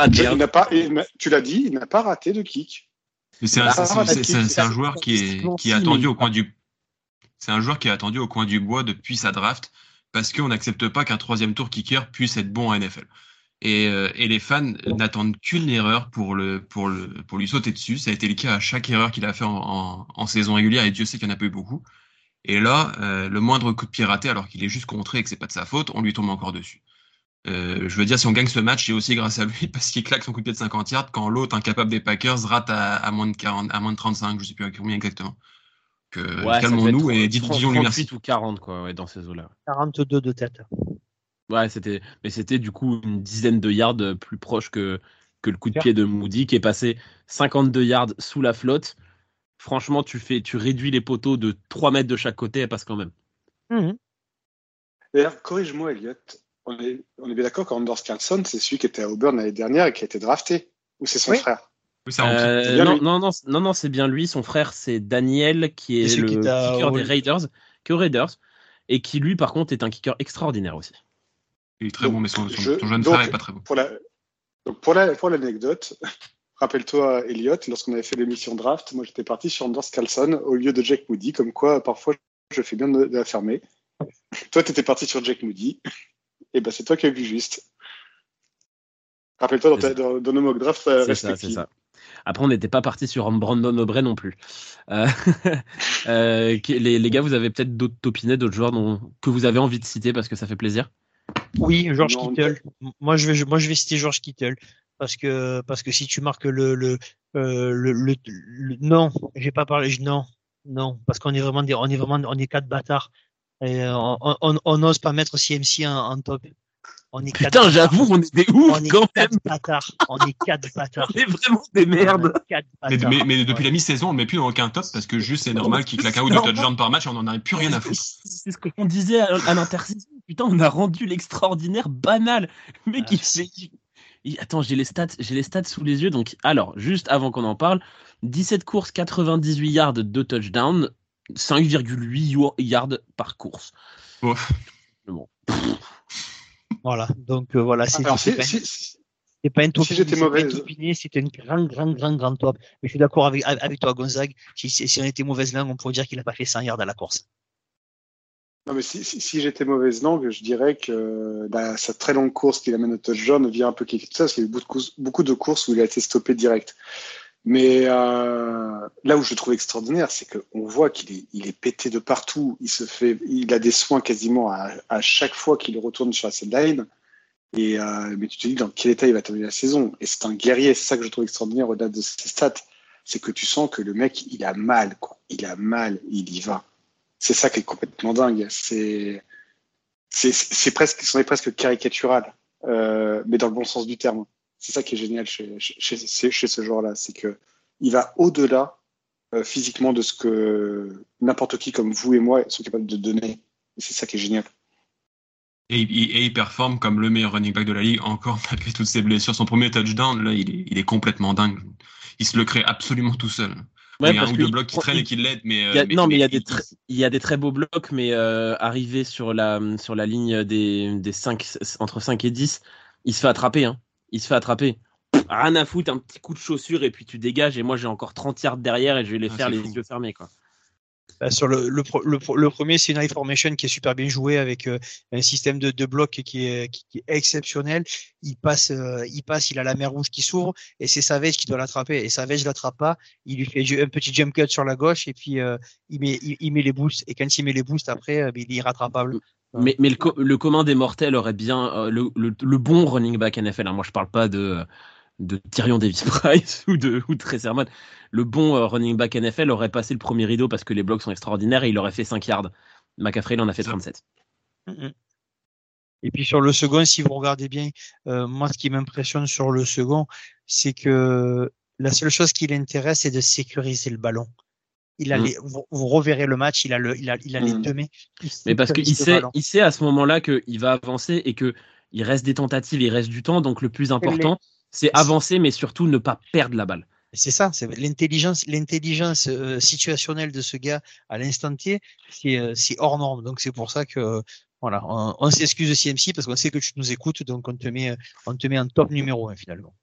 Tu l'as dit, il n'a pas raté de kick. C'est un joueur qui est attendu au coin du. C'est un joueur qui est attendu au coin du bois depuis sa draft parce qu'on n'accepte pas qu'un troisième tour kicker puisse être bon en NFL. Et les fans n'attendent qu'une erreur pour lui sauter dessus. Ça a été le cas à chaque erreur qu'il a fait en saison régulière, et Dieu sait qu'il n'y en a pas eu beaucoup. Et là, le moindre coup de pied raté, alors qu'il est juste contré et que c'est pas de sa faute, on lui tombe encore dessus. Je veux dire, si on gagne ce match, c'est aussi grâce à lui, parce qu'il claque son coup de pied de 50 yards quand l'autre, incapable des Packers, rate à moins de 40, à moins de 35, je sais plus à combien exactement. Calmons-nous et disons-lui merci. 38 ou 40, quoi, ouais, dans ces eaux-là. 42 de tête. Ouais, c'était du coup une dizaine de yards plus proche que le coup de pied de Moody, qui est passé 52 yards sous la flotte. Franchement, tu réduis les poteaux de 3 mètres de chaque côté, elle passe quand même. D'ailleurs, corrige-moi, Elliot. On est bien d'accord qu'Anders Carlson, c'est celui qui était à Auburn l'année dernière et qui a été drafté. Ou c'est son frère? Oui, c'est non, c'est bien lui. Son frère, c'est Daniel, qui est le kicker des Raiders, qui est aux Raiders, et qui, lui, par contre, est un kicker extraordinaire aussi. Il est très bon, mais son jeune frère n'est pas très bon. Pour l'anecdote, rappelle-toi, Elliot, lorsqu'on avait fait l'émission draft, moi j'étais parti sur Anders Carlson au lieu de Jack Moody, comme quoi parfois je fais bien de l'affirmer. Toi, tu étais parti sur Jack Moody, et c'est toi qui as vu juste. Rappelle-toi dans nos mock drafts respectifs. C'est ça. Après, on n'était pas parti sur Brandon Aubrey non plus. Les gars, vous avez peut-être d'autres topinets, d'autres joueurs que vous avez envie de citer parce que ça fait plaisir? Oui, George Kittle. Moi, je vais citer George Kittle. Parce que si tu marques non, j'ai pas parlé, non, parce qu'on est vraiment on est 4 bâtards. Et on n'ose pas mettre CMC en top. Putain, j'avoue, on est des ouf quand même. On est 4 bâtards. On est vraiment des merdes. Mais depuis la mi-saison, on ne met plus dans aucun top parce que juste c'est normal qu'il claque un ou deux touchdowns par match et on n'en a plus rien à foutre. C'est ce qu'on disait à l'intersaison. Putain, on a rendu l'extraordinaire banal. Le mec, Attends, j'ai les stats sous les yeux. Donc, alors, juste avant qu'on en parle, 17 courses, 98 yards, 2 touchdowns, 5,8 yards par course. Oh. Bon. Voilà, donc voilà, c'est pas un topiné, c'est un grand top. Mais je suis d'accord avec toi, Gonzague. Si on était mauvaise langue, on pourrait dire qu'il n'a pas fait 100 yards à la course. Non, mais si j'étais mauvaise langue, je dirais que sa très longue course qui l'amène au touchdown vient un peu quelque chose, parce qu'il y a eu beaucoup de courses où il a été stoppé direct. Mais là où je trouve extraordinaire, c'est qu'on voit qu'il est pété de partout. Il a des soins quasiment à chaque fois qu'il retourne sur la sideline. Mais tu te dis dans quel état il va terminer la saison. Et c'est un guerrier. C'est ça que je trouve extraordinaire au-delà de ses stats. C'est que tu sens que le mec, il a mal, quoi. Il a mal, il y va. C'est ça qui est complètement dingue. C'est presque, c'en est presque caricatural, mais dans le bon sens du terme. C'est ça qui est génial chez ce joueur-là, c'est que il va au-delà physiquement de ce que n'importe qui comme vous et moi sont capables de donner. Et c'est ça qui est génial. Et il performe comme le meilleur running back de la ligue, encore malgré toutes ses blessures. Son premier touchdown, là, il est complètement dingue. Il se le crée absolument tout seul. Ouais, il y a un ou deux blocs qui traînent et qui l'aident, mais il y a des très beaux blocs, mais arrivé sur la ligne des 5, entre 5 et 10, il se fait attraper. Hein. Il se fait attraper. Rien à foutre, un petit coup de chaussure et puis tu dégages. Et moi, j'ai encore 30 yards derrière et je vais les faire les yeux fermés, quoi. Sur le premier, c'est une high formation qui est super bien joué avec un système de bloc qui est exceptionnel. Il passe, il a la mer rouge qui s'ouvre et c'est Savage qui doit l'attraper. Et Savage l'attrape pas. Il lui fait un petit jump cut sur la gauche et puis il met les boosts. Et quand il met les boosts après, il est irrattrapable. Mais le commun des mortels aurait bien le bon running back NFL. Hein. Moi, je parle pas de Tyrion Davis-Price ou de Sermon. Le bon running back NFL aurait passé le premier rideau parce que les blocs sont extraordinaires et il aurait fait 5 yards. McCaffrey, il en a fait 37. Et puis sur le second, si vous regardez bien, moi, ce qui m'impressionne sur le second, c'est que la seule chose qui l'intéresse, c'est de sécuriser le ballon. Vous reverrez le match, il a les deux mains. Mais parce qu'il sait à ce moment-là qu'il va avancer et que il reste des tentatives, il reste du temps. Donc le plus important, c'est avancer, mais surtout ne pas perdre la balle. C'est ça, c'est l'intelligence situationnelle de ce gars à l'instant T, c'est hors norme. Donc c'est pour ça que voilà, on s'excuse de CMC parce qu'on sait que tu nous écoutes, donc on te met en top numéro 1 finalement.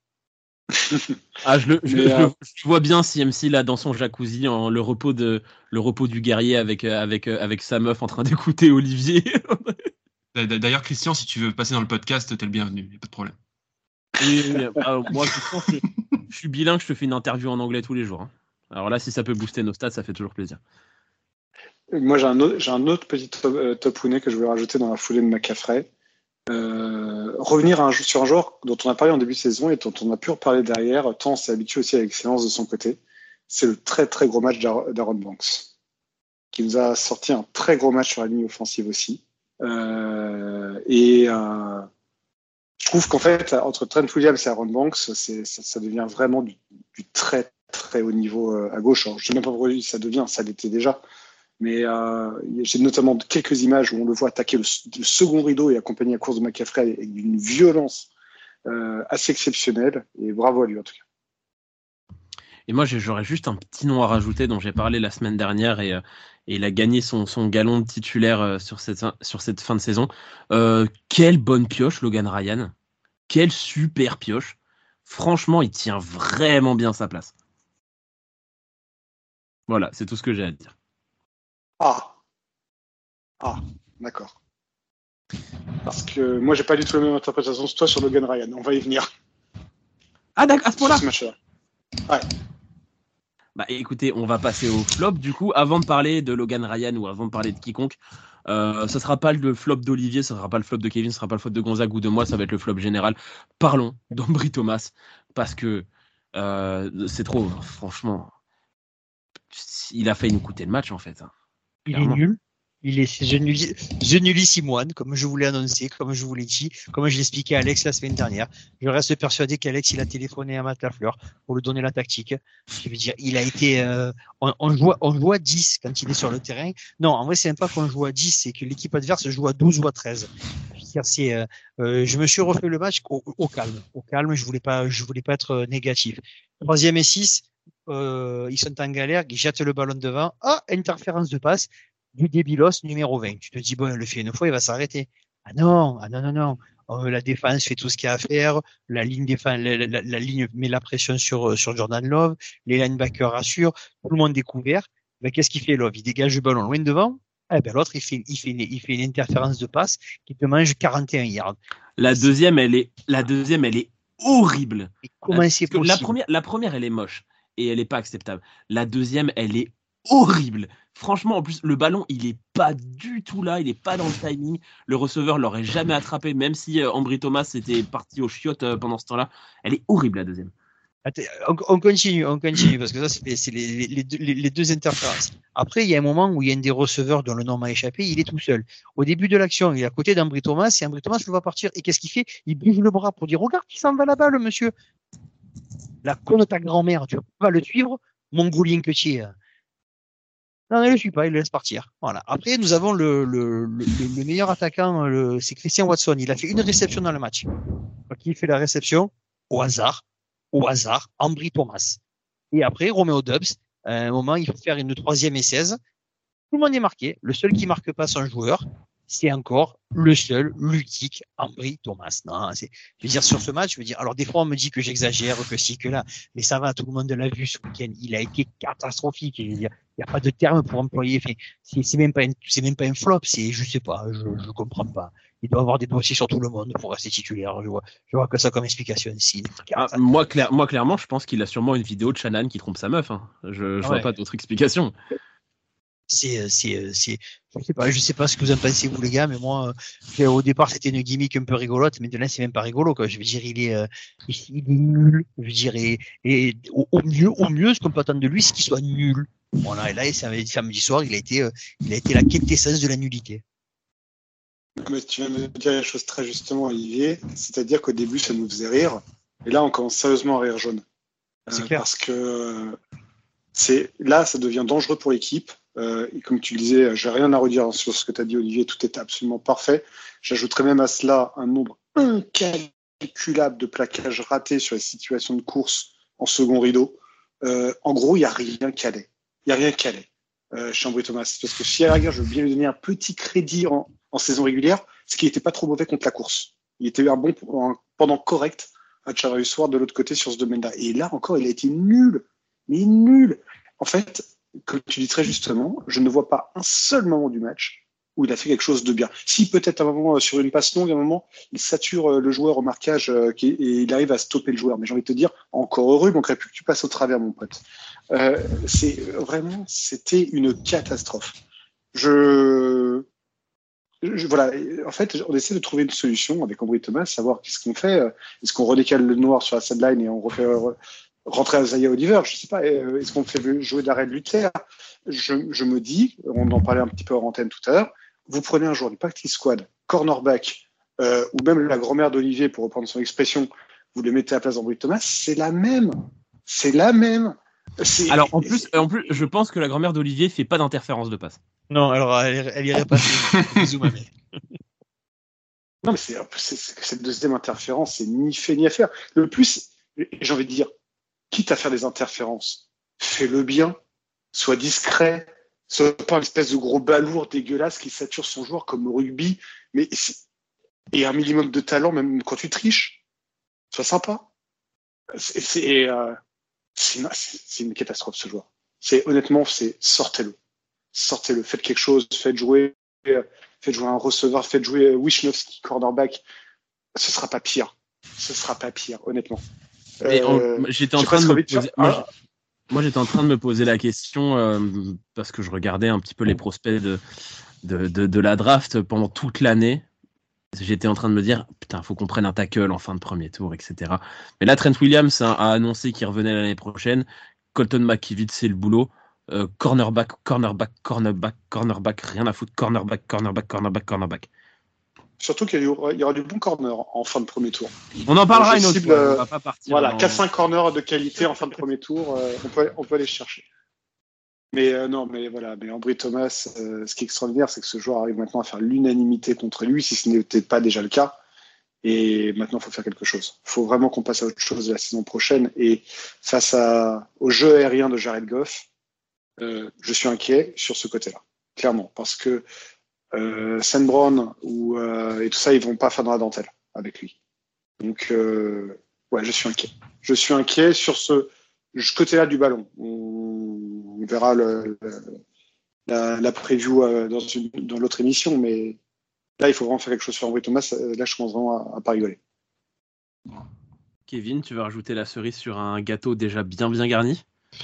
Je vois bien CMC là dans son jacuzzi en le repos du guerrier avec sa meuf en train d'écouter Olivier. D'ailleurs, Christian, si tu veux passer dans le podcast, t'es le bienvenu, y a pas de problème. Moi, je suis bilingue, je te fais une interview en anglais tous les jours. Hein. Alors là, si ça peut booster nos stats, ça fait toujours plaisir. Moi, j'ai un autre petit top winner que je voulais rajouter dans la foulée de McCaffrey. Revenir sur un joueur dont on a parlé en début de saison et dont on a pu reparler derrière, tant on s'est habitué aussi à l'excellence de son côté. C'est le très très gros match d'Aaron Banks, qui nous a sorti un très gros match sur la ligne offensive aussi. Je trouve qu'en fait, entre Trent Williams et Aaron Banks, ça devient vraiment du très très haut niveau à gauche. Alors, je ne sais même pas pourquoi ça l'était déjà. Mais j'ai notamment quelques images où on le voit attaquer le second rideau et accompagner la course de McCaffrey avec une violence assez exceptionnelle. Et bravo à lui en tout cas. Et moi, j'aurais juste un petit nom à rajouter dont j'ai parlé la semaine dernière et il a gagné son galon de titulaire sur cette fin de saison. Quelle bonne pioche, Logan Ryan. Quelle super pioche. Franchement, il tient vraiment bien sa place. Voilà, c'est tout ce que j'ai à dire. D'accord. Parce que moi, j'ai pas du tout la même interprétation que toi sur Logan Ryan. On va y venir. Ah, d'accord, à ce point-là. Ce match-là. Ouais. Bah écoutez, on va passer au flop du coup. Avant de parler de Logan Ryan ou avant de parler de quiconque, ce sera pas le flop d'Olivier, ce sera pas le flop de Kevin, ce sera pas le flop de Gonzague ou de moi, ça va être le flop général. Parlons d'Ambry Thomas parce que c'est trop, franchement. Il a failli nous coûter le match en fait. Hein. Il est nul. Il est the nullissime, comme je vous l'ai annoncé, comme je vous l'ai dit, comme je l'expliquais à Alex la semaine dernière. Je reste persuadé qu'Alex, il a téléphoné à Matt Lafleur pour lui donner la tactique. Je veux dire, il a été, on joue à 10 quand il est sur le terrain. Non, en vrai, c'est même pas qu'on joue à 10, c'est que l'équipe adverse joue à 12 ou à 13. Je me suis refait le match au calme. Au calme, je voulais pas être négatif. 3e et 6, ils sont en galère, ils jettent le ballon devant. Interférence de passe. Du débilos numéro 20. Tu te dis, bon, elle le fait une fois, il va s'arrêter. Ah non. La défense fait tout ce qu'il y a à faire. La ligne la ligne met la pression sur Jordan Love. Les linebackers assurent. Tout le monde est couvert. Ben, qu'est-ce qu'il fait, Love? Il dégage le ballon loin devant. L'autre, il fait une interférence de passe qui te mange 41 yards. La deuxième, elle est horrible. Et comment c'est possible? La première, elle est moche et elle est pas acceptable. La deuxième, elle est horrible. Franchement, en plus, le ballon, il est pas du tout là, il est pas dans le timing. Le receveur l'aurait jamais attrapé, même si Ambry Thomas était parti au chiottes pendant ce temps-là. Elle est horrible, la deuxième. On continue, parce que ça, c'est les deux interférences. Après, il y a un moment où il y a un des receveurs dont le nom m'a échappé, il est tout seul. Au début de l'action, il est à côté d'Ambry Thomas, et Ambry Thomas le va partir. Et qu'est-ce qu'il fait? Il bouge le bras pour dire, regarde, il s'en va là-bas, le monsieur. La conne de ta grand-mère, tu vas le suivre, mongolien que tu es. Non, il ne le suit pas, il le laisse partir. Voilà. Après, nous avons le meilleur attaquant, c'est Christian Watson. Il a fait une réception dans le match. Qui fait la réception? Au hasard, Ambry Thomas. Et après, Romeo Doubs. À un moment, il faut faire une 3e et 16. Tout le monde est marqué. Le seul qui marque pas son joueur, c'est encore le seul, l'unique Ambry Thomas. Non, je veux dire, sur ce match, je veux dire, alors des fois on me dit que j'exagère, que ci, que là, mais ça va, tout le monde l'a vu ce week-end. Il a été catastrophique. Je veux dire, Il n'y a pas de terme pour employer. Enfin, c'est même pas un flop. Je sais pas. Je comprends pas. Il doit avoir des dossiers sur tout le monde pour rester titulaire. Je vois que ça comme explication ici. Moi, clairement, je pense qu'il a sûrement une vidéo de Shannon qui trompe sa meuf. Hein. Je vois pas d'autre explication. Je sais pas ce que vous en pensez, vous, les gars, mais moi, au départ, c'était une gimmick un peu rigolote, mais de là, c'est même pas rigolo, quoi. Je veux dire, il est nul. Je veux dire, et au mieux, ce qu'on peut attendre de lui, c'est qu'il soit nul. Voilà, et là, samedi soir, il a été la quintessence de la nullité. Mais tu viens de me dire une chose très justement, Olivier, c'est-à-dire qu'au début, ça nous faisait rire, et là, on commence sérieusement à rire jaune. C'est clair. Parce que là, ça devient dangereux pour l'équipe. Et comme tu le disais, j'ai rien à redire sur ce que tu as dit, Olivier, tout est absolument parfait. J'ajouterais même à cela un nombre incalculable de plaquages ratés sur les situations de course en second rideau. En gros, il n'y a rien qui allait. Il n'y a rien qui allait chez Ambry Thomas. Parce que si à la rigueur, je veux bien lui donner un petit crédit en saison régulière, c'est qu'il n'était pas trop mauvais contre la course. Il était un bon pendant correct à Charles Ward de l'autre côté sur ce domaine-là. Et là encore, il a été nul. Mais nul. En fait, comme tu dis très justement, je ne vois pas un seul moment du match où il a fait quelque chose de bien. Si peut-être à un moment, sur une passe longue, à un moment, il sature le joueur au marquage et il arrive à stopper le joueur. Mais j'ai envie de te dire, encore heureux, il manquerait plus que tu passes au travers, mon pote. C'était une catastrophe. Voilà. En fait, on essaie de trouver une solution avec Ambry Thomas, savoir qu'est-ce qu'on fait. Est-ce qu'on redécale le noir sur la sideline et on refait rentrer à Isaiah Oliver? Je sais pas. Est-ce qu'on fait jouer Darren Luther? Je me dis, on en parlait un petit peu en antenne tout à l'heure, vous prenez un joueur du practice squad, cornerback, ou même la grand-mère d'Olivier, pour reprendre son expression, vous le mettez à la place d'Ambry Thomas, c'est la même. Alors en plus, je pense que la grand-mère d'Olivier fait pas d'interférence de passe. Non, alors elle irait passer. Bisous, mamie. Non, mais cette deuxième interférence, c'est ni fait ni à faire. Le plus, j'ai envie de dire, quitte à faire des interférences, fais-le bien, sois discret, sois pas une espèce de gros balourd dégueulasse qui sature son joueur comme au rugby, et un minimum de talent, même quand tu triches, sois sympa. C'est une catastrophe, ce joueur. Honnêtement, sortez-le. Sortez-le, faites quelque chose, faites jouer un receveur, faites jouer Wisnowski, cornerback. Ce sera pas pire, honnêtement. J'étais en train de me poser... Moi, j'étais en train de me poser la question parce que je regardais un petit peu les prospects de la draft pendant toute l'année. J'étais en train de me dire, putain, faut qu'on prenne un tackle en fin de premier tour, etc. Mais là, Trent Williams a annoncé qu'il revenait l'année prochaine. Colton McKivitz, c'est le boulot. Cornerback, rien à foutre. Cornerback. Surtout qu'il y aura du bon corner en fin de premier tour. On en parlera une autre fois. On va pas partir. Voilà, 4-5 corners de qualité en fin de premier tour, on peut aller chercher. Mais non, mais voilà, mais Ambry Thomas, ce qui est extraordinaire, c'est que ce joueur arrive maintenant à faire l'unanimité contre lui, si ce n'était pas déjà le cas. Et maintenant, il faut faire quelque chose. Il faut vraiment qu'on passe à autre chose la saison prochaine. Et face au jeu aérien de Jared Goff, je suis inquiet sur ce côté-là, clairement, parce que Sam Brown et tout ça, ils vont pas faire dans la dentelle avec lui. Donc, ouais, je suis inquiet. Je suis inquiet sur ce côté-là du ballon. On verra la preview dans l'autre émission, mais là, il faut vraiment faire quelque chose sur Ambry Thomas. Là, je commence vraiment à pas rigoler. Kevin, tu veux rajouter la cerise sur un gâteau déjà bien garni?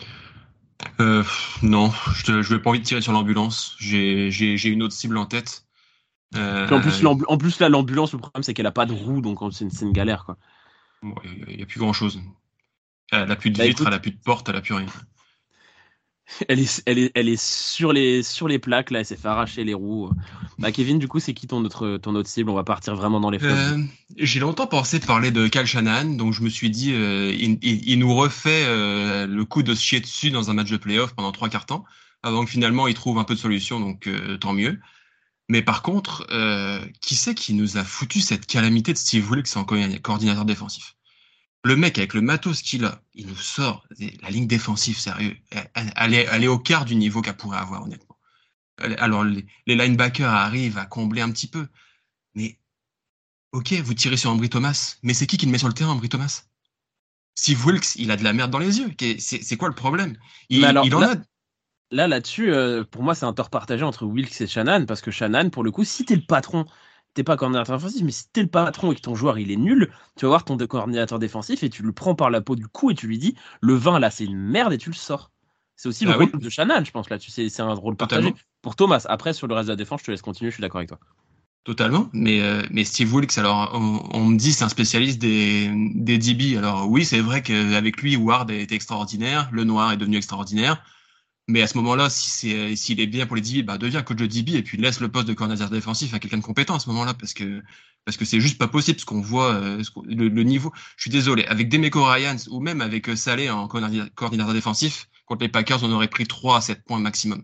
Non, je n'ai pas envie de tirer sur l'ambulance. J'ai une autre cible en tête. En plus, là, l'ambulance, le problème, c'est qu'elle a pas de roue, donc c'est une galère, quoi. Il n'y a plus grand-chose. Elle n'a plus de vitre, elle n'a plus de porte, elle n'a plus rien. Elle est sur les plaques, là, elle s'est fait arracher les roues. Bah, Kevin, du coup, c'est qui ton autre cible? On va partir vraiment dans les flops. J'ai longtemps pensé de parler de Kyle Shanahan, donc je me suis dit, il nous refait le coup de se chier dessus dans un match de playoff pendant 3/4 temps, avant que finalement il trouve un peu de solution, donc tant mieux. Mais par contre, qui c'est qui nous a foutu cette calamité de Steve Wilkes en coordinateur défensif? Le mec, avec le matos qu'il a, il nous sort la ligne défensive, sérieux. Elle est au quart du niveau qu'elle pourrait avoir, honnêtement. Alors, les linebackers arrivent à combler un petit peu. Mais, ok, vous tirez sur Ambry Thomas, mais c'est qui le met sur le terrain, Ambry Thomas? Steve Wilkes, il a de la merde dans les yeux. C'est quoi le problème? là-dessus, pour moi, c'est un tort partagé entre Wilkes et Shannon, parce que Shannon, pour le coup, si t'es le patron, t'es pas coordinateur défensif, mais si t'es le patron et que ton joueur il est nul, tu vas voir ton coordinateur défensif et tu le prends par la peau du cou et tu lui dis le 20 là c'est une merde et tu le sors. C'est aussi le Bah rôle oui, de Shannon, je pense là-dessus. C'est un rôle partagé. totalement. Pour Thomas, après sur le reste de la défense, je te laisse continuer, je suis d'accord avec toi. Totalement, mais Steve Wilkes, alors on me dit c'est un spécialiste des DB. Alors oui, c'est vrai qu'avec lui, Ward a été extraordinaire, le Noir est devenu extraordinaire, mais à ce moment-là, s'il est bien pour les DB, bah devient coach de DB et puis laisse le poste de coordinateur défensif à quelqu'un de compétent à ce moment-là parce que c'est juste pas possible ce qu'on voit le niveau. Je suis désolé, avec Demeco Ryans ou même avec Saleh en coordinateur défensif contre les Packers, on aurait pris 3 à 7 points maximum.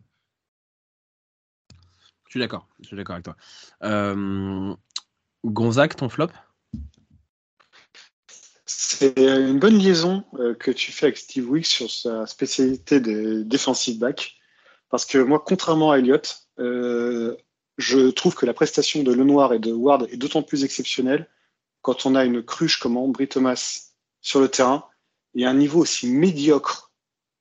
Je suis d'accord avec toi. Gonzague, ton flop? C'est une bonne liaison que tu fais avec Steve Wilkes sur sa spécialité des defensive backs. Parce que moi, contrairement à Elliott, je trouve que la prestation de Lenoir et de Ward est d'autant plus exceptionnelle quand on a une cruche comme Ambry Thomas sur le terrain et un niveau aussi médiocre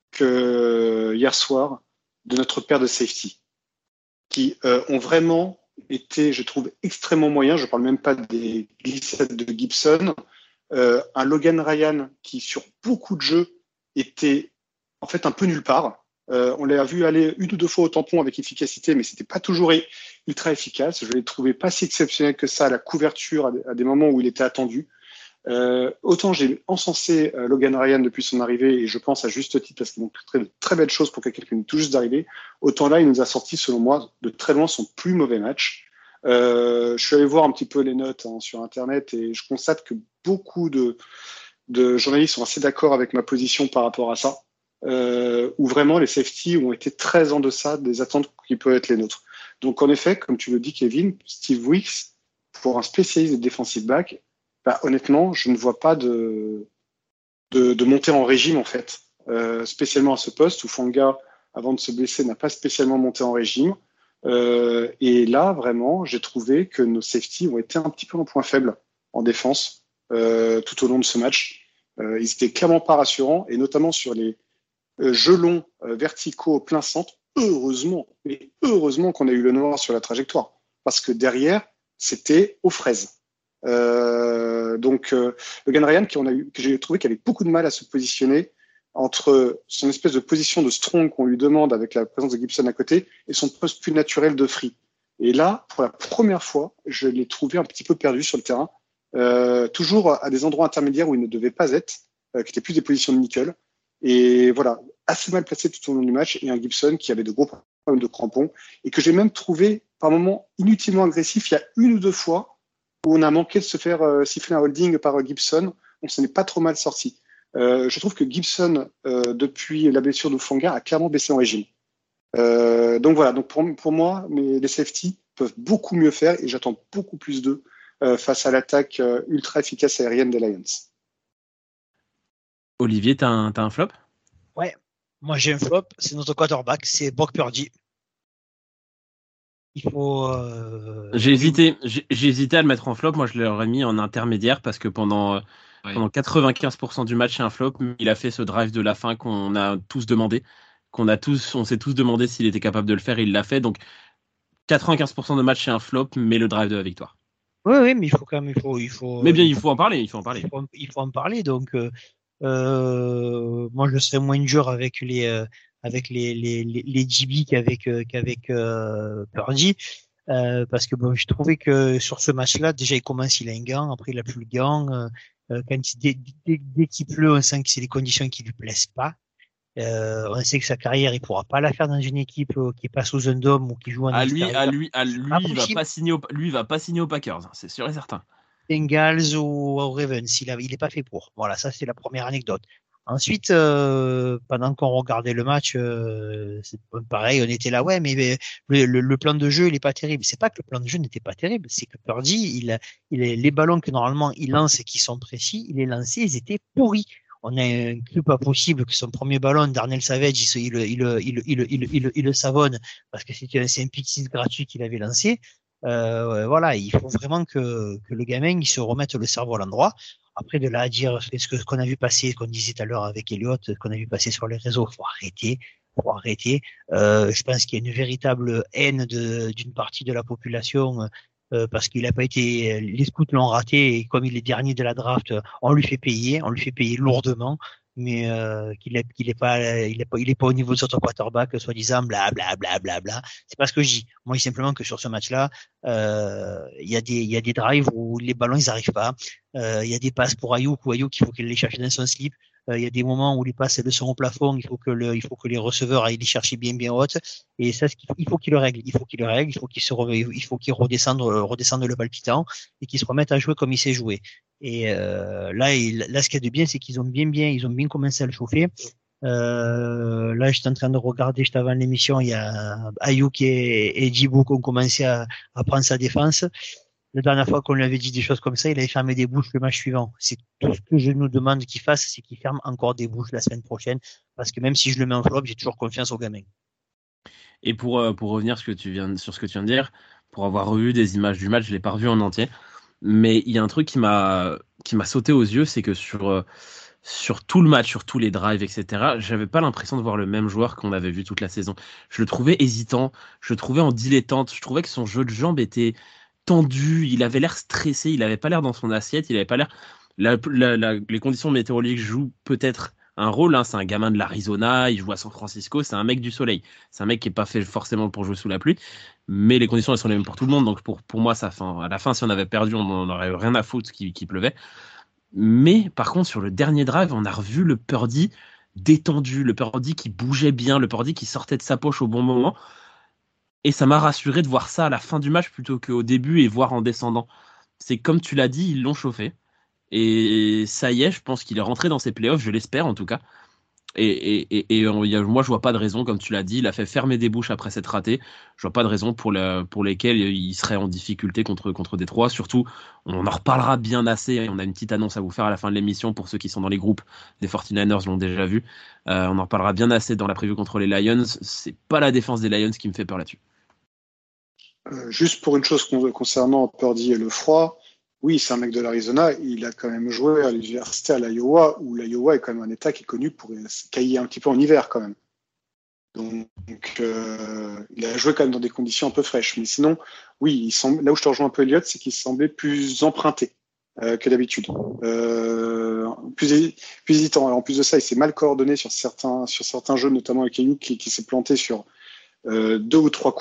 que hier soir de notre paire de safety, qui ont vraiment été, je trouve, extrêmement moyens. Je ne parle même pas des glissades de Gibson. Un Logan Ryan qui, sur beaucoup de jeux, était en fait un peu nulle part. On l'a vu aller une ou deux fois au tampon avec efficacité, mais c'était pas toujours ultra efficace. Je l'ai trouvé pas si exceptionnel que ça à la couverture à des moments où il était attendu. Autant j'ai encensé Logan Ryan depuis son arrivée, et je pense à juste titre parce qu'il montre de très belles choses pour quelqu'un qui est tout juste d'arriver, autant là il nous a sorti selon moi de très loin son plus mauvais match. Je suis allé voir un petit peu les notes sur internet et je constate que beaucoup de journalistes sont assez d'accord avec ma position par rapport à ça, où vraiment les safeties ont été très en deçà des attentes qui peuvent être les nôtres. Donc en effet, comme tu le dis Kevin, Steve Wilkes, pour un spécialiste de defensive back, bah, honnêtement, je ne vois pas de montée en régime en fait, spécialement à ce poste où Fanga, avant de se blesser, n'a pas spécialement monté en régime. Et là, vraiment, j'ai trouvé que nos safeties ont été un petit peu un point faible en défense tout au long de ce match. Ils étaient clairement pas rassurants, et notamment sur les jeux longs verticaux au plein centre. Heureusement, mais heureusement qu'on a eu le noir sur la trajectoire, parce que derrière, c'était aux fraises. Donc, Logan Ryan, que j'ai trouvé qu'il avait beaucoup de mal à se positionner entre son espèce de position de strong qu'on lui demande avec la présence de Gibson à côté et son poste plus naturel de free. Et là, pour la première fois, je l'ai trouvé un petit peu perdu sur le terrain, toujours à des endroits intermédiaires où il ne devait pas être, qui étaient plus des positions de nickel. Et voilà, assez mal placé tout au long du match, et un Gibson qui avait de gros problèmes de crampons et que j'ai même trouvé par moments inutilement agressif. Il y a une ou deux fois où on a manqué de se faire siffler un holding par Gibson. On s'en est pas trop mal sorti. Je trouve que Gibson, depuis la blessure d'Ufanga, a clairement baissé en régime. Donc voilà, donc pour moi, les safety peuvent beaucoup mieux faire et j'attends beaucoup plus d'eux face à l'attaque ultra efficace aérienne des Lions. Olivier, t'as un flop? Ouais, moi j'ai un flop, c'est notre quarterback, c'est Brock Purdy. Il faut. J'ai hésité à le mettre en flop. Moi, je l'aurais mis en intermédiaire parce que pendant 95% du match, c'est un flop. Il a fait ce drive de la fin qu'on a tous demandé, on s'est tous demandé s'il était capable de le faire. Et il l'a fait. Donc 95% de match, c'est un flop, mais le drive de la victoire. Oui, mais il faut quand même, Mais bien, il faut en parler. Il faut en parler. Il faut en parler. Donc, moi, je serais moins dur avec les GB qu'avec Purdy. Parce que bon, je trouvais que sur ce match-là, déjà il commence, il a un gant, après il a plus le gant. Dès qu'il pleut, on sent que c'est les conditions qui lui plaisent pas. On sait que sa carrière, il pourra pas la faire dans une équipe qui est pas sous un dôme ou qui joue en extérieur. Il va pas signer aux Packers, c'est sûr et certain. Bengals ou au Ravens, il est pas fait pour. Voilà, ça c'est la première anecdote. Ensuite, pendant qu'on regardait le match, c'est pareil, on était là, ouais, mais le plan de jeu, il est pas terrible. C'est pas que le plan de jeu n'était pas terrible, c'est que Purdy, les ballons que normalement il lance et qui sont précis, il les lançait, ils étaient pourris. On a un cru pas possible que son premier ballon d'Arnel Savage, il le savonne parce que c'est un pick six gratuit qu'il avait lancé. Voilà, il faut vraiment que le gamin il se remette le cerveau à l'endroit. Après, de là à dire ce qu'on a vu passer, qu'on disait tout à l'heure avec Elliott, qu'on a vu passer sur les réseaux, faut arrêter. faut arrêter. Je pense qu'il y a une véritable haine d'une partie de la population parce qu'il n'a pas été, les scouts l'ont raté et comme il est dernier de la draft, on lui fait payer lourdement, mais il est pas au niveau de son quarterback, soi-disant, bla bla bla bla bla. C'est pas ce que je dis. Moi, je dis simplement que sur ce match-là, il y a des drives où les ballons ils arrivent pas. Il y a des passes pour Ayuk il faut qu'il les cherche dans son slip. Il y a des moments où les passes elles sont au plafond, il faut que les receveurs aillent les chercher bien haute. Et ça, il faut qu'il le règle. Il faut qu'il redescende le palpitant et qu'il se remette à jouer comme il sait jouer. Et là, ce qu'il y a de bien, c'est qu'ils ont bien commencé à le chauffer. Là, j'étais en train de regarder juste avant l'émission, il y a Ayuk et Djibo qui ont commencé à prendre sa défense. La dernière fois qu'on lui avait dit des choses comme ça, il avait fermé des bouches le match suivant. C'est tout ce que je nous demande qu'il fasse, c'est qu'il ferme encore des bouches la semaine prochaine, parce que même si je le mets en flop, j'ai toujours confiance au gamin. Et pour revenir sur ce que tu viens de dire, pour avoir revu des images du match, je l'ai pas revu en entier, mais il y a un truc qui m'a sauté aux yeux, c'est que sur tout le match, sur tous les drives, etc., j'avais pas l'impression de voir le même joueur qu'on avait vu toute la saison. Je le trouvais hésitant, je le trouvais en dilettante, je trouvais que son jeu de jambes était tendu, il avait l'air stressé, il avait pas l'air dans son assiette, il avait pas l'air. Les conditions météorologiques jouent peut-être un rôle, hein. C'est un gamin de l'Arizona, il joue à San Francisco, c'est un mec du soleil. C'est un mec qui est pas fait forcément pour jouer sous la pluie, mais les conditions elles sont les mêmes pour tout le monde. Donc pour moi, à la fin, si on avait perdu, on n'en aurait rien à foutre qu'il pleuvait. Mais par contre, sur le dernier drive, on a revu le Purdy détendu, le Purdy qui bougeait bien, le Purdy qui sortait de sa poche au bon moment. Et ça m'a rassuré de voir ça à la fin du match plutôt qu'au début et voir en descendant. C'est comme tu l'as dit, ils l'ont chauffé. Et ça y est, je pense qu'il est rentré dans ses playoffs, je l'espère en tout cas. Moi, je vois pas de raison, comme tu l'as dit, il a fait fermer des bouches après s'être raté. Je vois pas de raison pour lesquelles il serait en difficulté contre Détroit. Surtout, on en reparlera bien assez. Et on a une petite annonce à vous faire à la fin de l'émission pour ceux qui sont dans les groupes des 49ers l'ont déjà vu. On en reparlera bien assez dans la preview contre les Lions. C'est pas la défense des Lions qui me fait peur là-dessus. Juste pour une chose concernant Purdy et le froid, oui, c'est un mec de l'Arizona, il a quand même joué à l'université à l'Iowa, où l'Iowa est quand même un état qui est connu pour cailler un petit peu en hiver quand même. Donc, il a joué quand même dans des conditions un peu fraîches. Mais sinon, oui, là où je te rejoins un peu, Elliott, c'est qu'il semblait plus emprunté que d'habitude. Plus hésitant. Alors, en plus de ça, il s'est mal coordonné sur certains jeux, notamment avec Ayuk qui s'est planté sur deux ou trois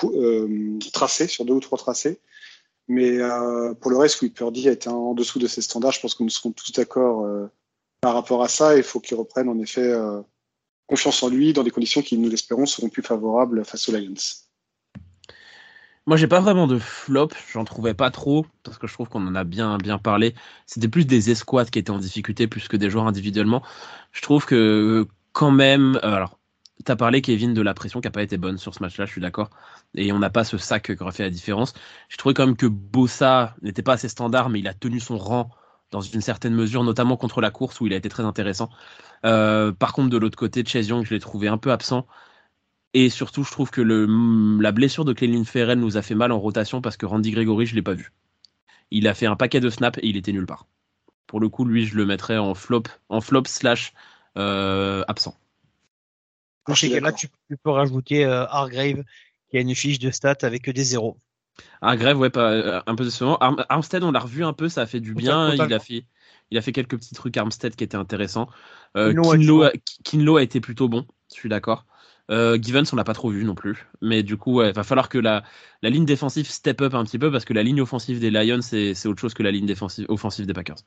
tracés. Mais pour le reste, oui, Purdy a été en dessous de ses standards. Je pense que nous serons tous d'accord par rapport à ça. Il faut qu'il reprenne en effet confiance en lui dans des conditions qui, nous l'espérons, seront plus favorables face aux Lions. Moi, j'ai pas vraiment de flop, j'en trouvais pas trop, parce que je trouve qu'on en a bien parlé. C'était plus des escouades qui étaient en difficulté plus que des joueurs individuellement. Je trouve que quand même, alors, t'as parlé, Kevin, de la pression qui a pas été bonne sur ce match-là, je suis d'accord. Et on n'a pas ce sac qui aurait fait la différence. Je trouvais quand même que Bosa n'était pas assez standard, mais il a tenu son rang dans une certaine mesure, notamment contre la course où il a été très intéressant. Par contre, de l'autre côté, Chase Young, je l'ai trouvé un peu absent. Et surtout, je trouve que la blessure de Clelin Ferrell nous a fait mal en rotation parce que Randy Gregory, je ne l'ai pas vu. Il a fait un paquet de snaps et il était nulle part. Pour le coup, lui, je le mettrais en flop / absent. Dans ces cas-là, tu peux rajouter Hargrave qui a une fiche de stats avec des zéros. Hargrave, ouais, un peu décevant. Armstead, on l'a revu un peu, ça a fait du bien. Il a fait quelques petits trucs Armstead qui étaient intéressants. Kinlaw a été plutôt bon, je suis d'accord. Givens, on l'a pas trop vu non plus. Mais du coup, ouais, va falloir que la ligne défensive step up un petit peu parce que la ligne offensive des Lions, c'est autre chose que la ligne offensive des Packers.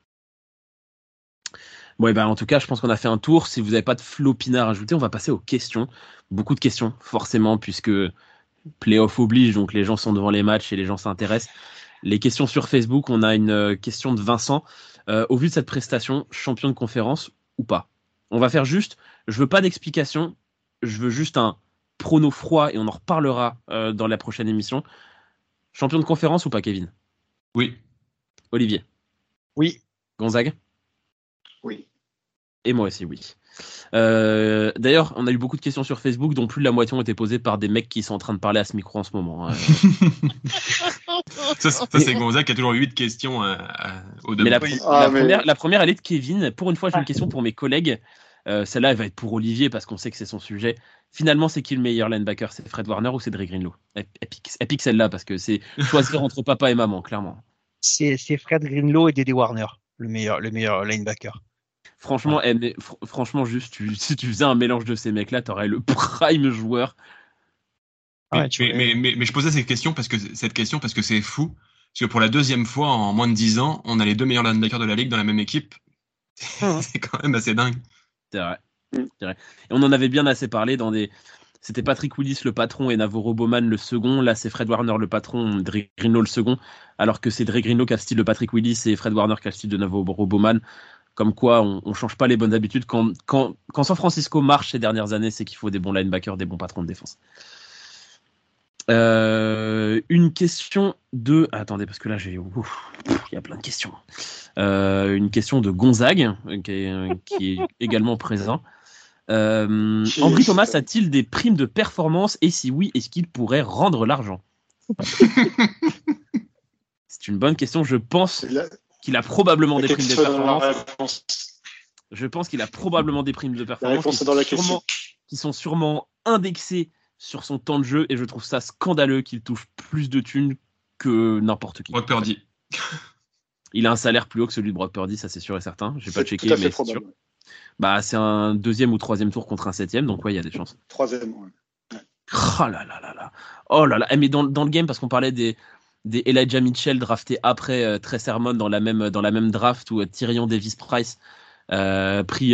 Bon, en tout cas, je pense qu'on a fait un tour. Si vous n'avez pas de flopina à rajouter, on va passer aux questions. Beaucoup de questions, forcément, puisque playoff oblige, donc les gens sont devant les matchs et les gens s'intéressent. Les questions sur Facebook, on a une question de Vincent. Au vu de cette prestation, champion de conférence ou pas? On va faire juste, je veux pas d'explication, je veux juste un prono froid et on en reparlera dans la prochaine émission. Champion de conférence ou pas, Kevin? Oui. Olivier? Oui. Gonzague? Oui. Et moi aussi, oui. D'ailleurs, on a eu beaucoup de questions sur Facebook, dont plus de la moitié ont été posées par des mecs qui sont en train de parler à ce micro en ce moment. Ça c'est Gonzague qui a toujours 8 questions au début. Mais la première, elle est de Kevin. Pour une fois, j'ai une question pour mes collègues. Celle-là, elle va être pour Olivier parce qu'on sait que c'est son sujet. Finalement, c'est qui le meilleur linebacker? C'est Fred Warner ou c'est Dre Greenlaw? Elle pique celle-là parce que c'est choisir entre papa et maman, clairement. C'est Fred Greenlaw et Dede Warner, le meilleur linebacker. Franchement, franchement, juste, si tu faisais un mélange de ces mecs-là, t'aurais le prime joueur. Mais je posais cette question parce que c'est fou. Parce que pour la deuxième fois en moins de 10 ans, on a les deux meilleurs linebackers de la ligue dans la même équipe. C'est quand même assez dingue. C'est vrai. Et on en avait bien assez parlé C'était Patrick Willis le patron et Navarro Bowman le second. Là, c'est Fred Warner le patron, Dre Greenlaw le second. Alors que c'est Dre Greenlaw qui a le style de Patrick Willis et Fred Warner qui a le style de Navarro Bowman. Comme quoi, on change pas les bonnes habitudes. Quand San Francisco marche ces dernières années, c'est qu'il faut des bons linebackers, des bons patrons de défense. Une question de... Attendez, parce que là, il y a plein de questions. Une question de Gonzague, qui est également présent. Ambry Thomas a-t-il des primes de performance? Et si oui, est-ce qu'il pourrait rendre l'argent? C'est une bonne question. Je pense qu'il a probablement des primes de performance. Je pense qu'il a probablement des primes de performance qui sont sûrement indexées sur son temps de jeu, et je trouve ça scandaleux qu'il touche plus de thunes que n'importe qui. Brock Purdy. Il a un salaire plus haut que celui de Brock Purdy, ça c'est sûr et certain. J'ai pas checké, mais c'est sûr. Bah, c'est un 2e ou 3e tour contre un 7e, donc ouais, il y a des chances. 3e, ouais. Oh là là là là. Oh là là. Mais dans le game, parce qu'on parlait des Elijah Mitchell draftés après Trey Sermon dans la même draft, ou Tyrion Davis Price pris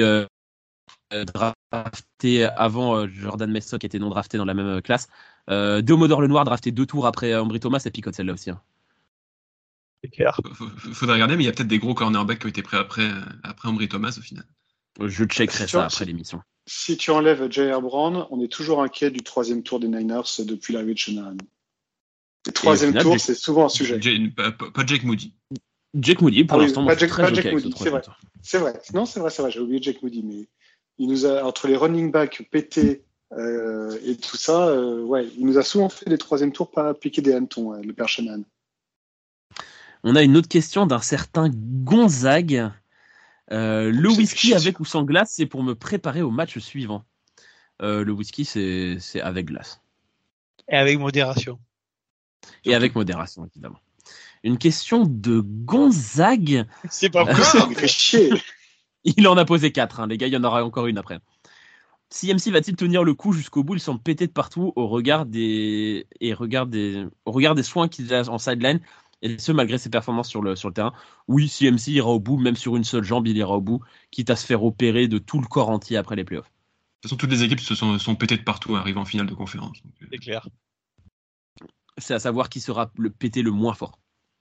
drafté avant Jordan Mason qui était non drafté dans la même classe. Deomodore Lenoir drafté 2 tours après Ambry Thomas, et picote celle-là aussi. Hein. C'est clair. Faudrait regarder, mais il y a peut-être des gros cornerbacks qui ont été pris après Ambry Thomas au final. Je checkerai ça après l'émission. Si tu enlèves J.R. Brown, on est toujours inquiet du 3e tour des Niners depuis l'arrivée de Shanahan. Le 3e tour, c'est souvent un sujet. Pas Jake Moody. Jake Moody, pour l'instant, moi, je suis très Jake Moody, c'est vrai. Non, c'est vrai. J'ai oublié Jake Moody, mais il nous a, entre les running backs pétés et tout ça, il nous a souvent fait des 3e tours pas piquer des hannetons, le père Shanahan. On a une autre question d'un certain Gonzague. Le whisky avec ou sans glace, c'est pour me préparer au match suivant. Le whisky, c'est avec glace. Et avec modération. Et avec modération, évidemment. Une question de Gonzague. C'est pas possible. Il fait chier. Il en a posé 4, hein, les gars, il y en aura encore une après. CMC va-t-il tenir le coup jusqu'au bout? Il semble péter de partout au regard des soins qu'il a en sideline, et ce malgré ses performances sur le terrain. Oui, CMC ira au bout, même sur une seule jambe, il ira au bout, quitte à se faire opérer de tout le corps entier après les playoffs. De toute façon, toutes les équipes se sont pétées de partout arrivant en finale de conférence. Donc... C'est clair. C'est à savoir qui sera pété le moins fort.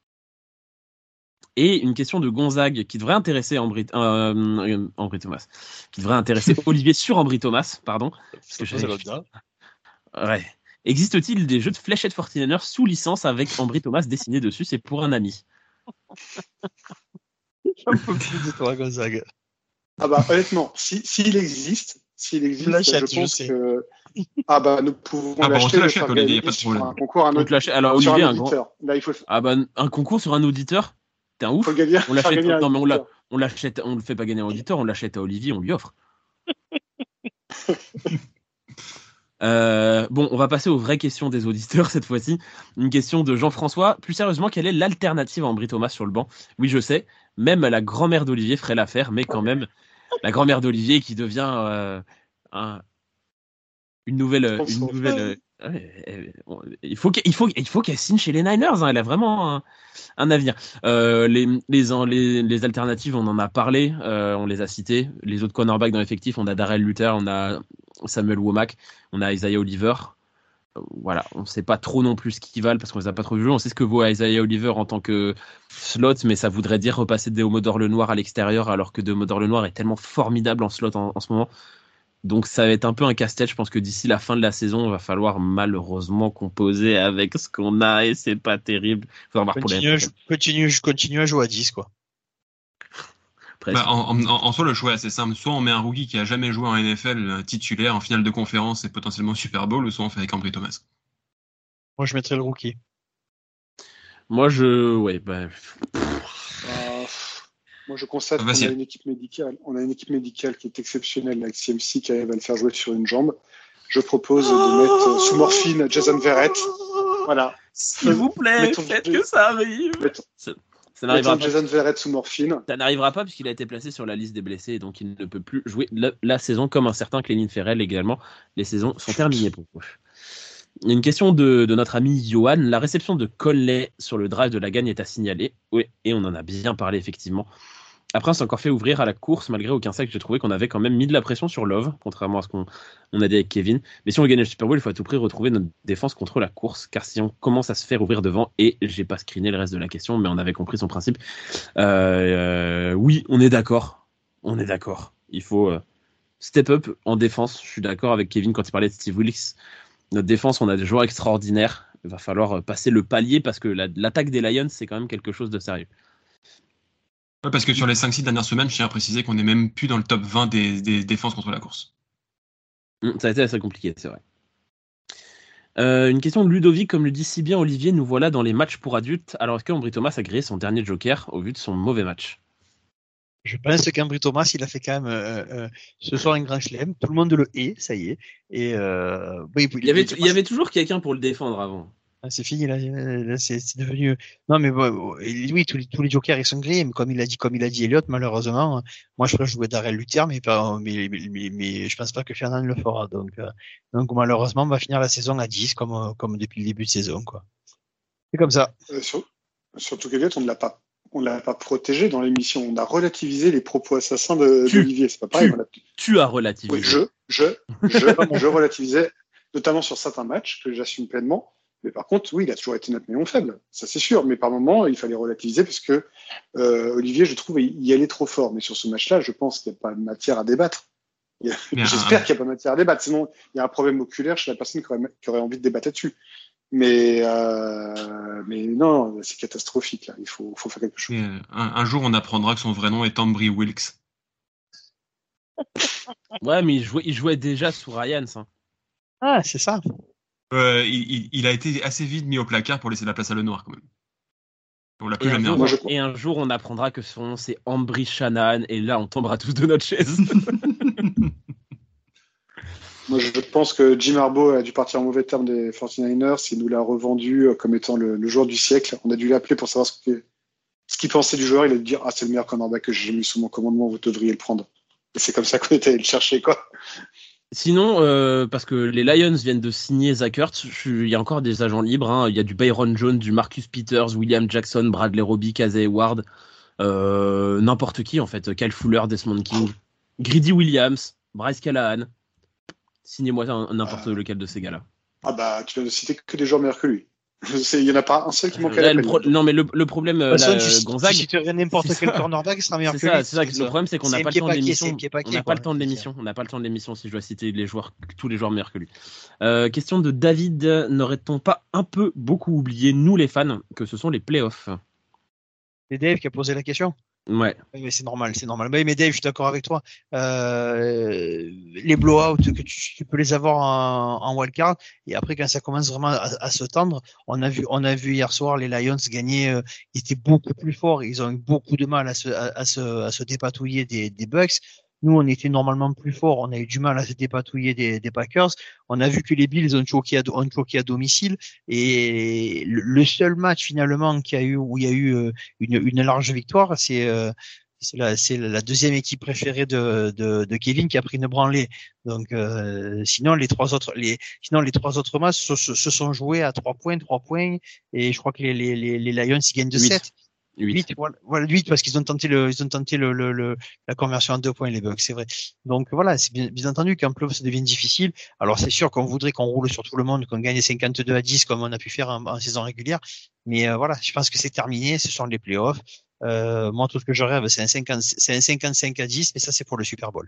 Et une question de Gonzague qui devrait intéresser Ambry Thomas, qui devrait intéresser Olivier sur Ambry Thomas, pardon. Parce que ouais. Existe-t-il des jeux de fléchettes 49ers sous licence avec Ambry Thomas dessiné dessus? C'est pour un ami. J'en peux plus de toi, Gonzague. Ah bah honnêtement, s'il existe, je pense que nous pouvons l'acheter, le faire gagner sur un concours, un autre. Alors Olivier, Là, il faut... un concours sur un auditeur. T'es un ouf. On l'achète. Non mais on l'achète. On le fait pas gagner à un auditeur. On l'achète à Olivier. On lui offre. Bon, on va passer aux vraies questions des auditeurs cette fois-ci. Une question de Jean-François. Plus sérieusement, quelle est l'alternative à Ambry Thomas sur le banc? Oui, je sais. Même la grand-mère d'Olivier ferait l'affaire, mais quand même, la grand-mère d'Olivier qui devient une nouvelle. Il faut qu'elle signe chez les Niners. Hein, elle a vraiment un avenir. Les alternatives, on en a parlé, on les a citées. Les autres cornerbacks dans l'effectif, on a Darrell Luther, on a Samuel Womack, on a Isaiah Oliver. Voilà, on ne sait pas trop non plus ce qu'ils valent parce qu'on les a pas trop vus. On sait ce que vaut Isaiah Oliver en tant que slot, mais ça voudrait dire repasser Deomodore Lenoir à l'extérieur, alors que Deomodore Lenoir est tellement formidable en slot en ce moment. Donc ça va être un peu un casse-tête. Je pense que d'ici la fin de la saison, il va falloir malheureusement composer avec ce qu'on a et c'est pas terrible. Continue à jouer à 10, quoi. En soi, le choix est assez simple. Soit on met un rookie qui a jamais joué en NFL titulaire en finale de conférence et potentiellement Super Bowl, ou soit on fait avec Ambry Thomas. Moi, je mettrais le rookie. Moi, Moi, je constate qu'on a une équipe médicale. On a une équipe médicale qui est exceptionnelle, avec CMC qui arrive à le faire jouer sur une jambe. Je propose de mettre sous morphine Jason Verrett. Voilà. S'il vous plaît, faites que ça arrive. Ça n'arrivera pas. Jason Verrett sous morphine. Ça n'arrivera pas puisqu'il a été placé sur la liste des blessés et donc il ne peut plus jouer la saison comme un certain Cléline Ferrell également. Les saisons sont terminées pour eux. Il y a une question de notre ami Johan. La réception de Conley sur le drive de la gagne est à signaler. Oui, et on en a bien parlé effectivement. Après, on s'est encore fait ouvrir à la course malgré aucun sac. J'ai trouvé qu'on avait quand même mis de la pression sur Love, contrairement à ce qu'on a dit avec Kevin. Mais si on veut gagner le Super Bowl, il faut à tout prix retrouver notre défense contre la course, car si on commence à se faire ouvrir devant, et j'ai pas screené le reste de la question, mais on avait compris son principe. Oui, on est d'accord. On est d'accord. Il faut step up en défense. Je suis d'accord avec Kevin quand il parlait de Steve Wilkes. Notre défense, on a des joueurs extraordinaires. Il va falloir passer le palier parce que l'attaque des Lions, c'est quand même quelque chose de sérieux. Ouais, parce que sur les 5-6 dernières semaines, je tiens à préciser qu'on n'est même plus dans le top 20 des défenses contre la course. Ça a été assez compliqué, c'est vrai. Une question de Ludovic, comme le dit si bien Olivier, nous voilà dans les matchs pour adultes. Alors est-ce qu'Ambry Thomas a grillé son dernier joker au vu de son mauvais match? Je pense qu'Ambry Thomas, il a fait quand même ce soir un grand chelem. Tout le monde le hait, ça y est. Et il y avait toujours quelqu'un pour le défendre avant. C'est fini là, c'est devenu. Non mais bon, oui, tous les jokers ils sont grillés, mais comme il a dit Elliott, malheureusement, moi je ferais jouer Darrell Luther, mais je pense pas que Fernand le fera. Donc malheureusement, on va finir la saison à 10 comme depuis le début de saison, quoi. C'est comme ça. Surtout qu'Elliott, on l'a pas protégé dans l'émission. On a relativisé les propos assassins d'Olivier. C'est pas pareil. Tu as relativisé. Oui, je relativisais, notamment sur certains matchs que j'assume pleinement. Mais par contre, oui, il a toujours été notre maillon faible, ça c'est sûr. Mais par moment, il fallait relativiser parce que Olivier, je trouve, il y allait trop fort. Mais sur ce match-là, je pense qu'il n'y a pas de matière à débattre. J'espère qu'il n'y a pas de matière à débattre. Sinon, il y a un problème oculaire chez la personne qui aurait envie de débattre là-dessus. Mais non, c'est catastrophique. Là. Il faut faire quelque chose. Un jour, on apprendra que son vrai nom est Ambry Wilkes. Ouais, mais il jouait déjà sous Ryans. Hein. Ah, c'est ça. Il a été assez vite mis au placard pour laisser la place à Lenoir quand même. On l'a plus jamais revu. Et un jour, on apprendra que son nom c'est Ambry Shannon, et là, on tombera tous de notre chaise. Moi, je pense que Jim Harbaugh a dû partir en mauvais terme des 49ers. Il nous l'a revendu comme étant le joueur du siècle. On a dû l'appeler pour savoir ce qu'il pensait du joueur. Il a dû dire « Ah, c'est le meilleur cornerback que j'ai mis sous mon commandement, vous devriez le prendre. » Et c'est comme ça qu'on était allé le chercher, quoi. Sinon, parce que les Lions viennent de signer Zach Ertz, il y a encore des agents libres. Hein. Il y a du Byron Jones, du Marcus Peters, William Jackson, Bradley Roby, Casey Hayward, n'importe qui en fait. Kyle Fuller, Desmond King, Greedy Williams, Bryce Callahan. Signez-moi n'importe lequel de ces gars-là. Ah bah, tu viens de citer que des joueurs meilleurs que lui. Il n'y en a pas un seul qui manque à la peine. Non, mais le problème, Gonzague... Si tu regardes n'importe quel cornerback, il sera meilleur que lui. C'est ça. Le problème, c'est qu'on n'a pas le temps de l'émission. On n'a pas le temps de l'émission. On n'a pas le temps de l'émission si je dois citer tous les joueurs meilleurs que lui. Question de David. N'aurait-on pas un peu beaucoup oublié, nous les fans, que ce sont les playoffs? C'est Dave qui a posé la question. Ouais. Mais c'est normal. Mais Dave, je suis d'accord avec toi. Les blowouts, que tu peux les avoir en wildcard. Et après, quand ça commence vraiment à se tendre, on a vu hier soir les Lions gagner. Ils étaient beaucoup plus forts. Ils ont eu beaucoup de mal à se dépatouiller des Bucks. Nous, on était normalement plus forts. On a eu du mal à se dépatouiller des Packers. On a vu que les Bills ont choqué à domicile. Et le seul match finalement où il y a eu une large victoire, c'est la deuxième équipe préférée de Kevin qui a pris une branlée. Donc sinon les trois autres matchs se sont joués à 3 points et je crois que les Lions ils gagnent de 7. 8 parce qu'ils ont tenté la conversion en 2 points les Bucks, c'est vrai. Donc voilà, c'est bien entendu qu'en plus ça devient difficile. Alors c'est sûr qu'on voudrait qu'on roule sur tout le monde, qu'on gagne 52-10 comme on a pu faire en saison régulière, mais voilà, je pense que c'est terminé, ce sont les playoffs. Moi tout ce que je rêve c'est un 55-10, mais ça c'est pour le Super Bowl.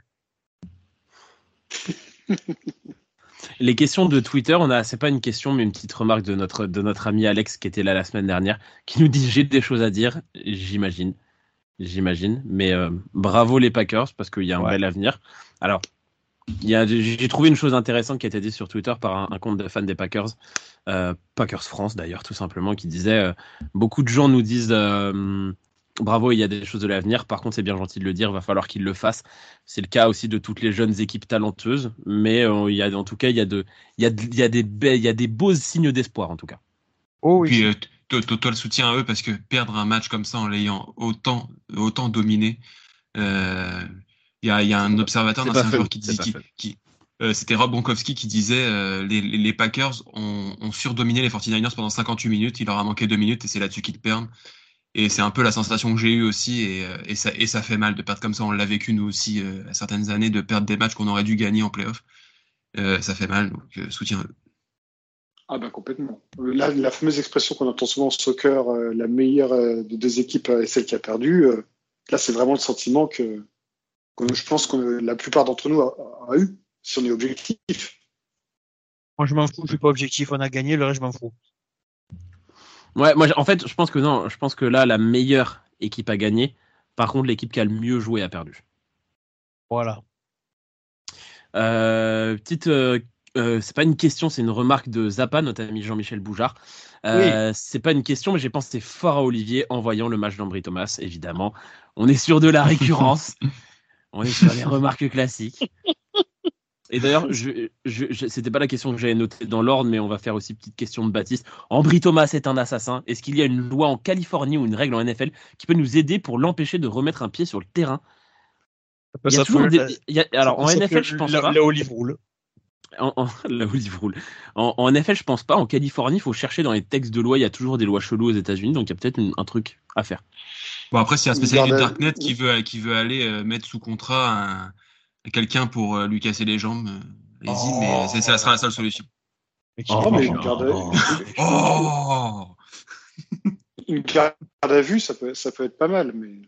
Les questions de Twitter, c'est pas une question, mais une petite remarque de notre ami Alex qui était là la semaine dernière, qui nous dit j'ai des choses à dire, j'imagine, mais bravo les Packers parce qu'il y a un bel avenir. Alors, j'ai trouvé une chose intéressante qui a été dite sur Twitter par un compte de fans des Packers, Packers France d'ailleurs tout simplement, qui disait beaucoup de gens nous disent Bravo, il y a des choses de l'avenir. Par contre, c'est bien gentil de le dire, il va falloir qu'il le fasse. C'est le cas aussi de toutes les jeunes équipes talentueuses, mais en tout cas, il y a des beaux signes d'espoir en tout cas. Oh Puis oui. toi, le soutien à eux, parce que perdre un match comme ça en l'ayant autant dominé, euh, il y a un observateur, un C'est pas ancien fun. joueur C'est pas fun. c'était Rob Gronkowski qui disait les Packers ont surdominé les 49ers pendant 58 minutes, il leur a manqué 2 minutes et c'est là-dessus qu'ils perdent. Et c'est un peu la sensation que j'ai eue aussi, et ça fait mal de perdre comme ça. On l'a vécu nous aussi à certaines années, de perdre des matchs qu'on aurait dû gagner en playoff. Ça fait mal, donc soutien à eux. Ah ben complètement. La fameuse expression qu'on entend souvent au soccer, la meilleure de deux équipes est celle qui a perdu. Là, c'est vraiment le sentiment que je pense que la plupart d'entre nous a eu, si on est objectif. Moi, je m'en fous, je suis pas objectif, on a gagné, le reste, je m'en fous. Ouais, moi, en fait, je pense que non. Je pense que là, la meilleure équipe a gagné. Par contre, l'équipe qui a le mieux joué a perdu. Voilà. C'est pas une question, c'est une remarque de Zappa, notre ami Jean-Michel Boujard. C'est pas une question, mais j'ai pensé fort à Olivier en voyant le match d'Ambry Thomas, évidemment. On est sur de la récurrence. On est sur les remarques classiques. Et d'ailleurs, c'était pas la question que j'avais notée dans l'ordre, mais on va faire aussi petite question de Baptiste. Ambry Thomas est un assassin. Est-ce qu'il y a une loi en Californie ou une règle en NFL qui peut nous aider pour l'empêcher de remettre un pied sur le terrain? Il y a toujours alors, en NFL, je pense pas. La Olive roule. La Olive roule. En NFL, je pense pas. En Californie, il faut chercher dans les textes de loi. Il y a toujours des lois cheloues aux États-Unis, donc il y a peut-être un truc à faire. Bon, après, s'il y a un spécialiste du Darknet qui veut aller mettre sous contrat quelqu'un pour lui casser les jambes, allez-y, mais ça sera la seule solution. Mais une garde à vue, ça peut être pas mal, mais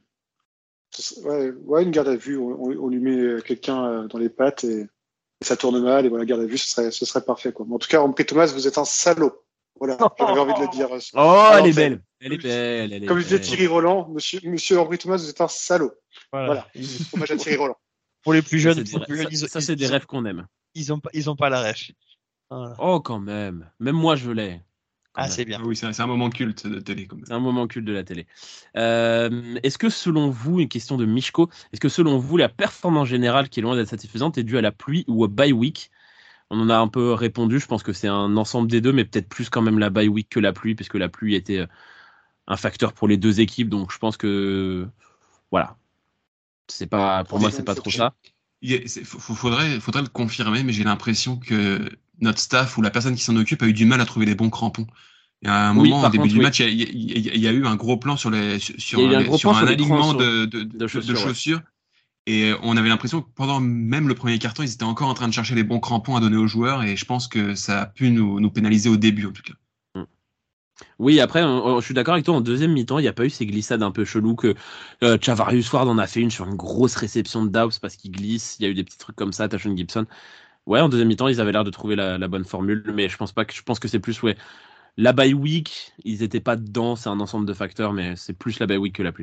ouais, une garde à vue, on lui met quelqu'un dans les pattes et ça tourne mal, et voilà, garde à vue, ce serait parfait, quoi. Mais en tout cas, Ambry Thomas, vous êtes un salaud. Voilà, j'avais envie de le dire. Elle est belle. Elle est belle. Comme disait Thierry Roland, monsieur Ambry Thomas, vous êtes un salaud. Voilà. Hommage à Thierry Roland. Pour les plus jeunes, ça, c'est des rêves qu'on aime. Ils ont pas la rêve. Voilà. Oh, quand même. Même moi, je l'ai. C'est bien. Oui, c'est un moment culte de télé. Quand même. C'est un moment culte de la télé. Est-ce que selon vous, une question de Michko, est-ce que selon vous, la performance générale qui est loin d'être satisfaisante est due à la pluie ou au bye week? On en a un peu répondu, je pense que c'est un ensemble des deux, mais peut-être plus quand même la bye week que la pluie, puisque la pluie était un facteur pour les deux équipes, donc je pense que voilà. C'est pas, pour moi, c'est pas trop ça. Faudrait le confirmer, mais j'ai l'impression que notre staff ou la personne qui s'en occupe a eu du mal à trouver les bons crampons. Il y a un moment, au début du match, il y a eu un gros plan sur un alignement de chaussures. Et on avait l'impression que pendant même le premier carton, ils étaient encore en train de chercher les bons crampons à donner aux joueurs. Et je pense que ça a pu nous pénaliser au début, en tout cas. Oui, après, je suis d'accord avec toi, en deuxième mi-temps, il n'y a pas eu ces glissades un peu cheloues que Charvarius Ward en a fait une sur une grosse réception de Doubs parce qu'il glisse. Il y a eu des petits trucs comme ça, Tashon Gibson. Ouais, en deuxième mi-temps, ils avaient l'air de trouver la bonne formule, mais je pense que c'est plus, la bye week, ils n'étaient pas dedans, c'est un ensemble de facteurs, mais c'est plus la bye week que la pluie.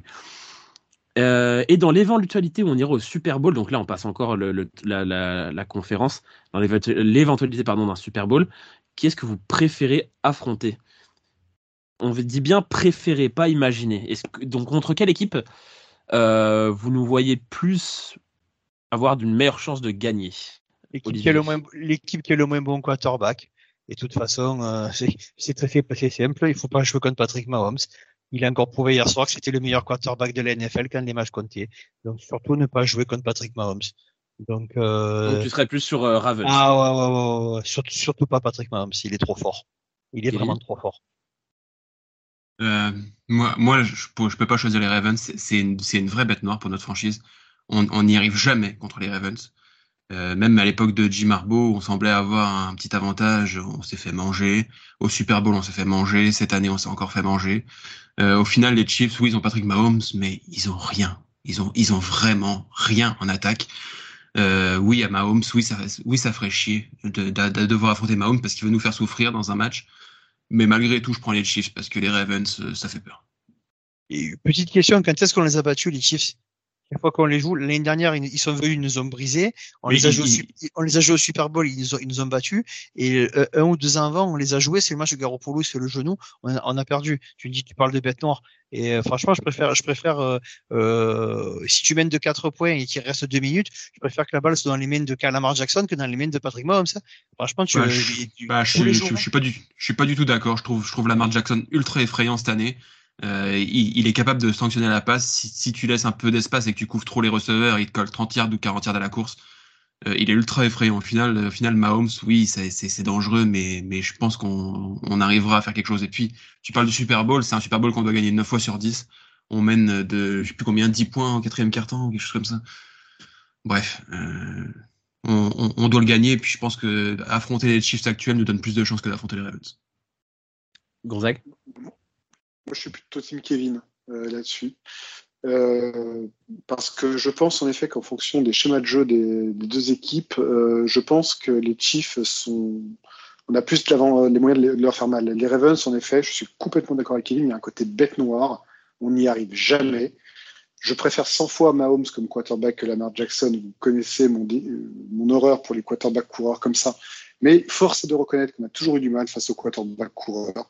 Et dans l'éventualité où on ira au Super Bowl, donc là on passe encore la conférence, dans l'éventualité d'un Super Bowl, qui est-ce que vous préférez affronter? On dit bien préférer, pas imaginer. Donc contre quelle équipe vous nous voyez plus avoir d'une meilleure chance de gagner? L'équipe qui a le moins bon quarterback. Et de toute façon, c'est très simple. Il faut pas jouer contre Patrick Mahomes. Il a encore prouvé hier soir que c'était le meilleur quarterback de la NFL quand les matchs comptaient. Donc surtout ne pas jouer contre Patrick Mahomes. Donc tu serais plus sur Ravens. Ouais. Surtout pas Patrick Mahomes. Il est trop fort. Il est vraiment trop fort. Moi, je peux pas choisir les Ravens. C'est une vraie bête noire pour notre franchise. On n'y arrive jamais contre les Ravens. Même à l'époque de Jim Harbaugh, on semblait avoir un petit avantage. On s'est fait manger. Au Super Bowl, on s'est fait manger. Cette année, on s'est encore fait manger. Au final, les Chiefs, oui, ils ont Patrick Mahomes, mais ils ont rien. Ils ont vraiment rien en attaque. Oui, à Mahomes, oui, ça ferait chier de devoir affronter Mahomes parce qu'il veut nous faire souffrir dans un match. Mais malgré tout, je prends les Chiefs parce que les Ravens, ça fait peur. Et petite question, quand est-ce qu'on les a battus, les Chiefs? Chaque fois qu'on les joue, l'année dernière, ils sont venus, ils nous ont brisés. On Mais les a joués au Super Bowl, ils nous ont battus. Et un ou deux ans avant, on les a joués. C'est le match de Garoppolo, c'est le genou. On a perdu. Tu parles de bête noire. Et franchement, je préfère si tu mènes de 4 points et qu'il reste 2 minutes, je préfère que la balle soit dans les mains de Lamar Jackson que dans les mains de Patrick Mahomes. Franchement, tous les jours. Je suis pas du tout d'accord. Je trouve Lamar Jackson ultra effrayant cette année. Il est capable de sanctionner la passe si tu laisses un peu d'espace et que tu couvres trop les receveurs, il te colle 30 yards ou 40 yards à la course. Il est ultra effrayant. Au final, Mahomes, oui, c'est dangereux, mais je pense qu'on arrivera à faire quelque chose. Et puis, tu parles du Super Bowl, c'est un Super Bowl qu'on doit gagner 9 fois sur 10. On mène je sais plus combien, 10 points au quatrième quart-temps ou quelque chose comme ça. Bref, on doit le gagner. Et puis, je pense que affronter les Chiefs actuels nous donne plus de chances que d'affronter les Ravens. Gonzague? Moi, je suis plutôt team Kevin là-dessus. Parce que je pense en effet qu'en fonction des schémas de jeu des deux équipes, je pense que les Chiefs on a plus les moyens de leur faire mal. Les Ravens, en effet, je suis complètement d'accord avec Kevin, il y a un côté bête noire, on n'y arrive jamais. Je préfère 100 fois Mahomes comme quarterback que Lamar Jackson. Vous connaissez mon horreur pour les quarterbacks coureurs comme ça. Mais force est de reconnaître qu'on a toujours eu du mal face aux quarterbacks coureurs.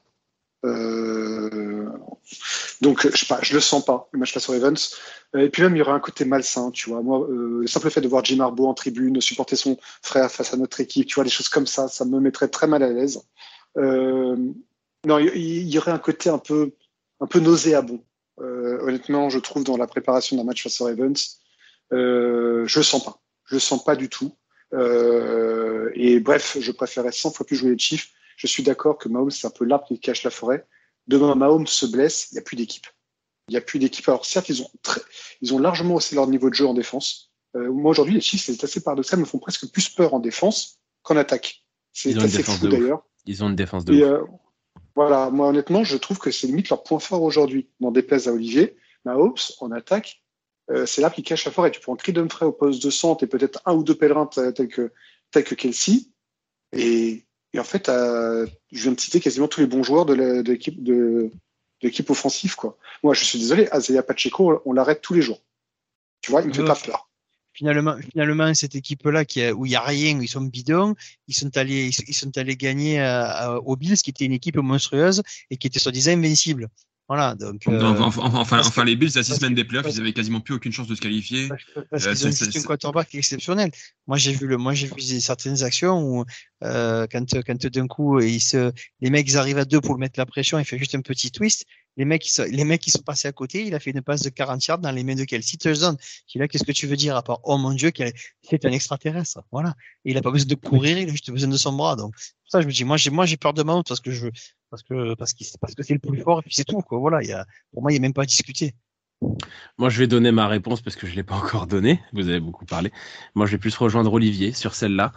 Donc, je sais pas, je le sens pas, le match face aux Ravens. Et puis même, il y aurait un côté malsain, tu vois. Moi, le simple fait de voir Jim Harbaugh en tribune, supporter son frère face à notre équipe, tu vois, des choses comme ça me mettrait très mal à l'aise. Non, il y aurait un côté un peu nauséabond. Honnêtement, je trouve dans la préparation d'un match face aux Ravens, je le sens pas du tout. Et bref, je préférais 100 fois plus jouer les Chiefs. Je suis d'accord que Mahomes, c'est un peu l'arbre qui cache la forêt. Demain, Mahomes se blesse, il n'y a plus d'équipe. Il n'y a plus d'équipe. Alors certes, ils ont largement haussé leur niveau de jeu en défense. Moi, aujourd'hui, les Chiefs, c'est assez paradoxal, me font presque plus peur en défense qu'en attaque. C'est assez fou d'ailleurs. Ils ont une défense de ouf. Voilà, moi honnêtement, je trouve que c'est limite leur point fort aujourd'hui. N'en déplaise à Olivier, Mahomes, en attaque, c'est l'arbre qui cache la forêt. Tu prends Creed Humphrey au poste de centre et peut-être un ou deux pèlerins tels que Kelsey. Et en fait, je viens de citer quasiment tous les bons joueurs de l'équipe offensive, quoi. Moi, je suis désolé, Isaiah Pacheco, on l'arrête tous les jours. Tu vois, il me fait pas peur. Finalement, cette équipe-là où il y a rien, où ils sont bidons, ils sont allés gagner aux Bills, qui était une équipe monstrueuse et qui était soi-disant invincible. Voilà, donc. Enfin, les Bills, à 6 semaines des playoffs, ils avaient quasiment plus aucune chance de se qualifier. Parce qu'ils ont un quarterback exceptionnel. Moi, j'ai vu certaines actions où, quand d'un coup, les mecs, ils arrivent à deux pour le mettre la pression, il fait juste un petit twist. Les mecs, qui sont passés à côté, il a fait une passe de 40 yards dans les mains de Kelsey touchdown. Je dis là, qu'est-ce que tu veux dire à part, oh mon Dieu, c'est un extraterrestre. Voilà. Et il a pas besoin de courir, il a juste besoin de son bras. Donc, pour ça, je me dis, moi, j'ai peur de Mahomes parce que c'est le plus fort et puis c'est tout, quoi. Voilà. Pour moi, il n'y a même pas à discuter. Moi, je vais donner ma réponse parce que je ne l'ai pas encore donnée. Vous avez beaucoup parlé. Moi, je vais plus rejoindre Olivier sur celle-là.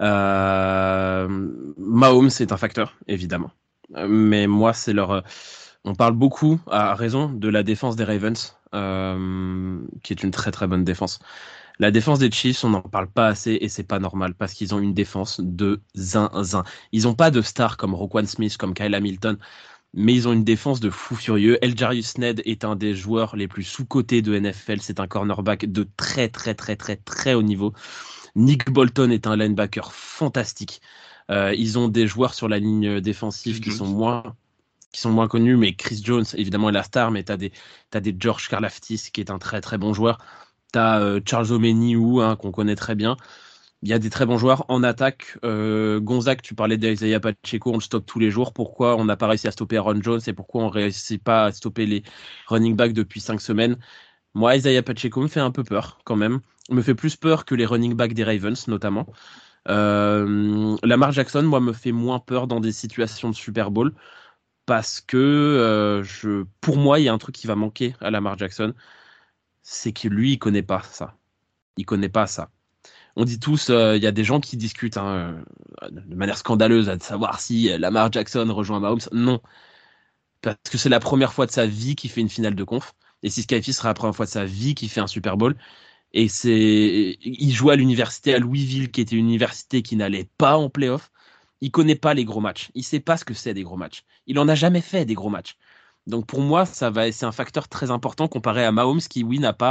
Mahomes, c'est un facteur, évidemment. Mais moi, c'est on parle beaucoup, à raison, de la défense des Ravens, qui est une très très bonne défense. La défense des Chiefs, on n'en parle pas assez et c'est pas normal parce qu'ils ont une défense de zinzin. Ils n'ont pas de stars comme Roquan Smith, comme Kyle Hamilton, mais ils ont une défense de fou furieux. Eljarius Sneed est un des joueurs les plus sous-cotés de NFL. C'est un cornerback de très très très très très haut niveau. Nick Bolton est un linebacker fantastique. Ils ont des joueurs sur la ligne défensive qui sont moins connus, mais Chris Jones, évidemment, est la star, mais t'as des George Karlaftis, qui est un très très bon joueur. T'as Charles Omenihu, qu'on connaît très bien. Il y a des très bons joueurs en attaque. Gonzague, tu parlais d'Isaiah Pacheco, on le stoppe tous les jours. Pourquoi on n'a pas réussi à stopper Aaron Jones et pourquoi on ne réussit pas à stopper les running backs depuis 5 semaines? Moi, Isaiah Pacheco me fait un peu peur quand même. Me fait plus peur que les running backs des Ravens notamment. Lamar Jackson, moi, me fait moins peur dans des situations de Super Bowl parce que pour moi, il y a un truc qui va manquer à Lamar Jackson, c'est que lui, il connaît pas ça. Il connaît pas ça. On dit tous, il y a des gens qui discutent de manière scandaleuse de savoir si Lamar Jackson rejoint Mahomes. Non, parce que c'est la première fois de sa vie qu'il fait une finale de conf. Et si Skyfish sera la première fois de sa vie qu'il fait un Super Bowl. Et il joue à l'université à Louisville, qui était une université qui n'allait pas en playoff. Il connaît pas les gros matchs. Il sait pas ce que c'est des gros matchs. Il en a jamais fait des gros matchs. Donc pour moi, c'est un facteur très important comparé à Mahomes qui, oui, n'a pas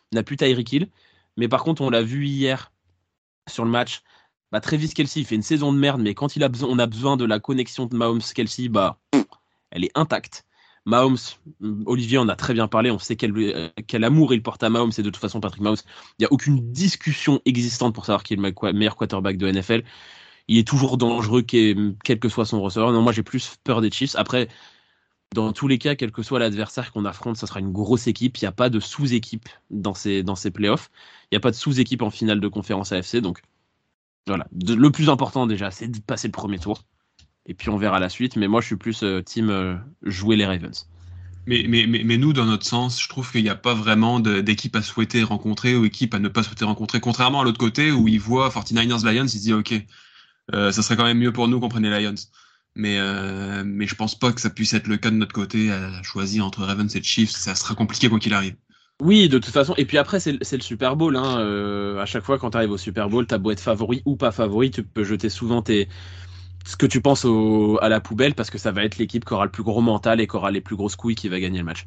n'a plus Tyreek Hill. Mais par contre, on l'a vu hier sur le match. Travis Kelce, il fait une saison de merde, mais quand on a besoin de la connexion de Mahomes-Kelce, elle est intacte. Mahomes, Olivier en a très bien parlé, on sait quel amour il porte à Mahomes, et de toute façon, Patrick Mahomes, il n'y a aucune discussion existante pour savoir qui est le meilleur quarterback de NFL. Il est toujours dangereux, quel que soit son receveur. Non, moi, j'ai plus peur des Chiefs. Après, dans tous les cas, quel que soit l'adversaire qu'on affronte, ça sera une grosse équipe. Il n'y a pas de sous-équipe dans ces playoffs. Il n'y a pas de sous-équipe en finale de conférence AFC. Donc, voilà. Le plus important, déjà, c'est de passer le premier tour. Et puis, on verra la suite. Mais moi, je suis plus team jouer les Ravens. Mais nous, dans notre sens, je trouve qu'il n'y a pas vraiment d'équipe à souhaiter rencontrer ou équipe à ne pas souhaiter rencontrer. Contrairement à l'autre côté où ils voient 49ers Lions, ils se disent OK, ça serait quand même mieux pour nous qu'on prenne les Lions. Mais je pense pas que ça puisse être le cas de notre côté à choisir entre Ravens et Chiefs. Ça sera compliqué quoi qu'il arrive. Oui, de toute façon. Et puis après, c'est le Super Bowl. À chaque fois, quand tu arrives au Super Bowl, t'as beau être favori ou pas favori, tu peux jeter souvent ce que tu penses à la poubelle parce que ça va être l'équipe qui aura le plus gros mental et qui aura les plus grosses couilles qui va gagner le match.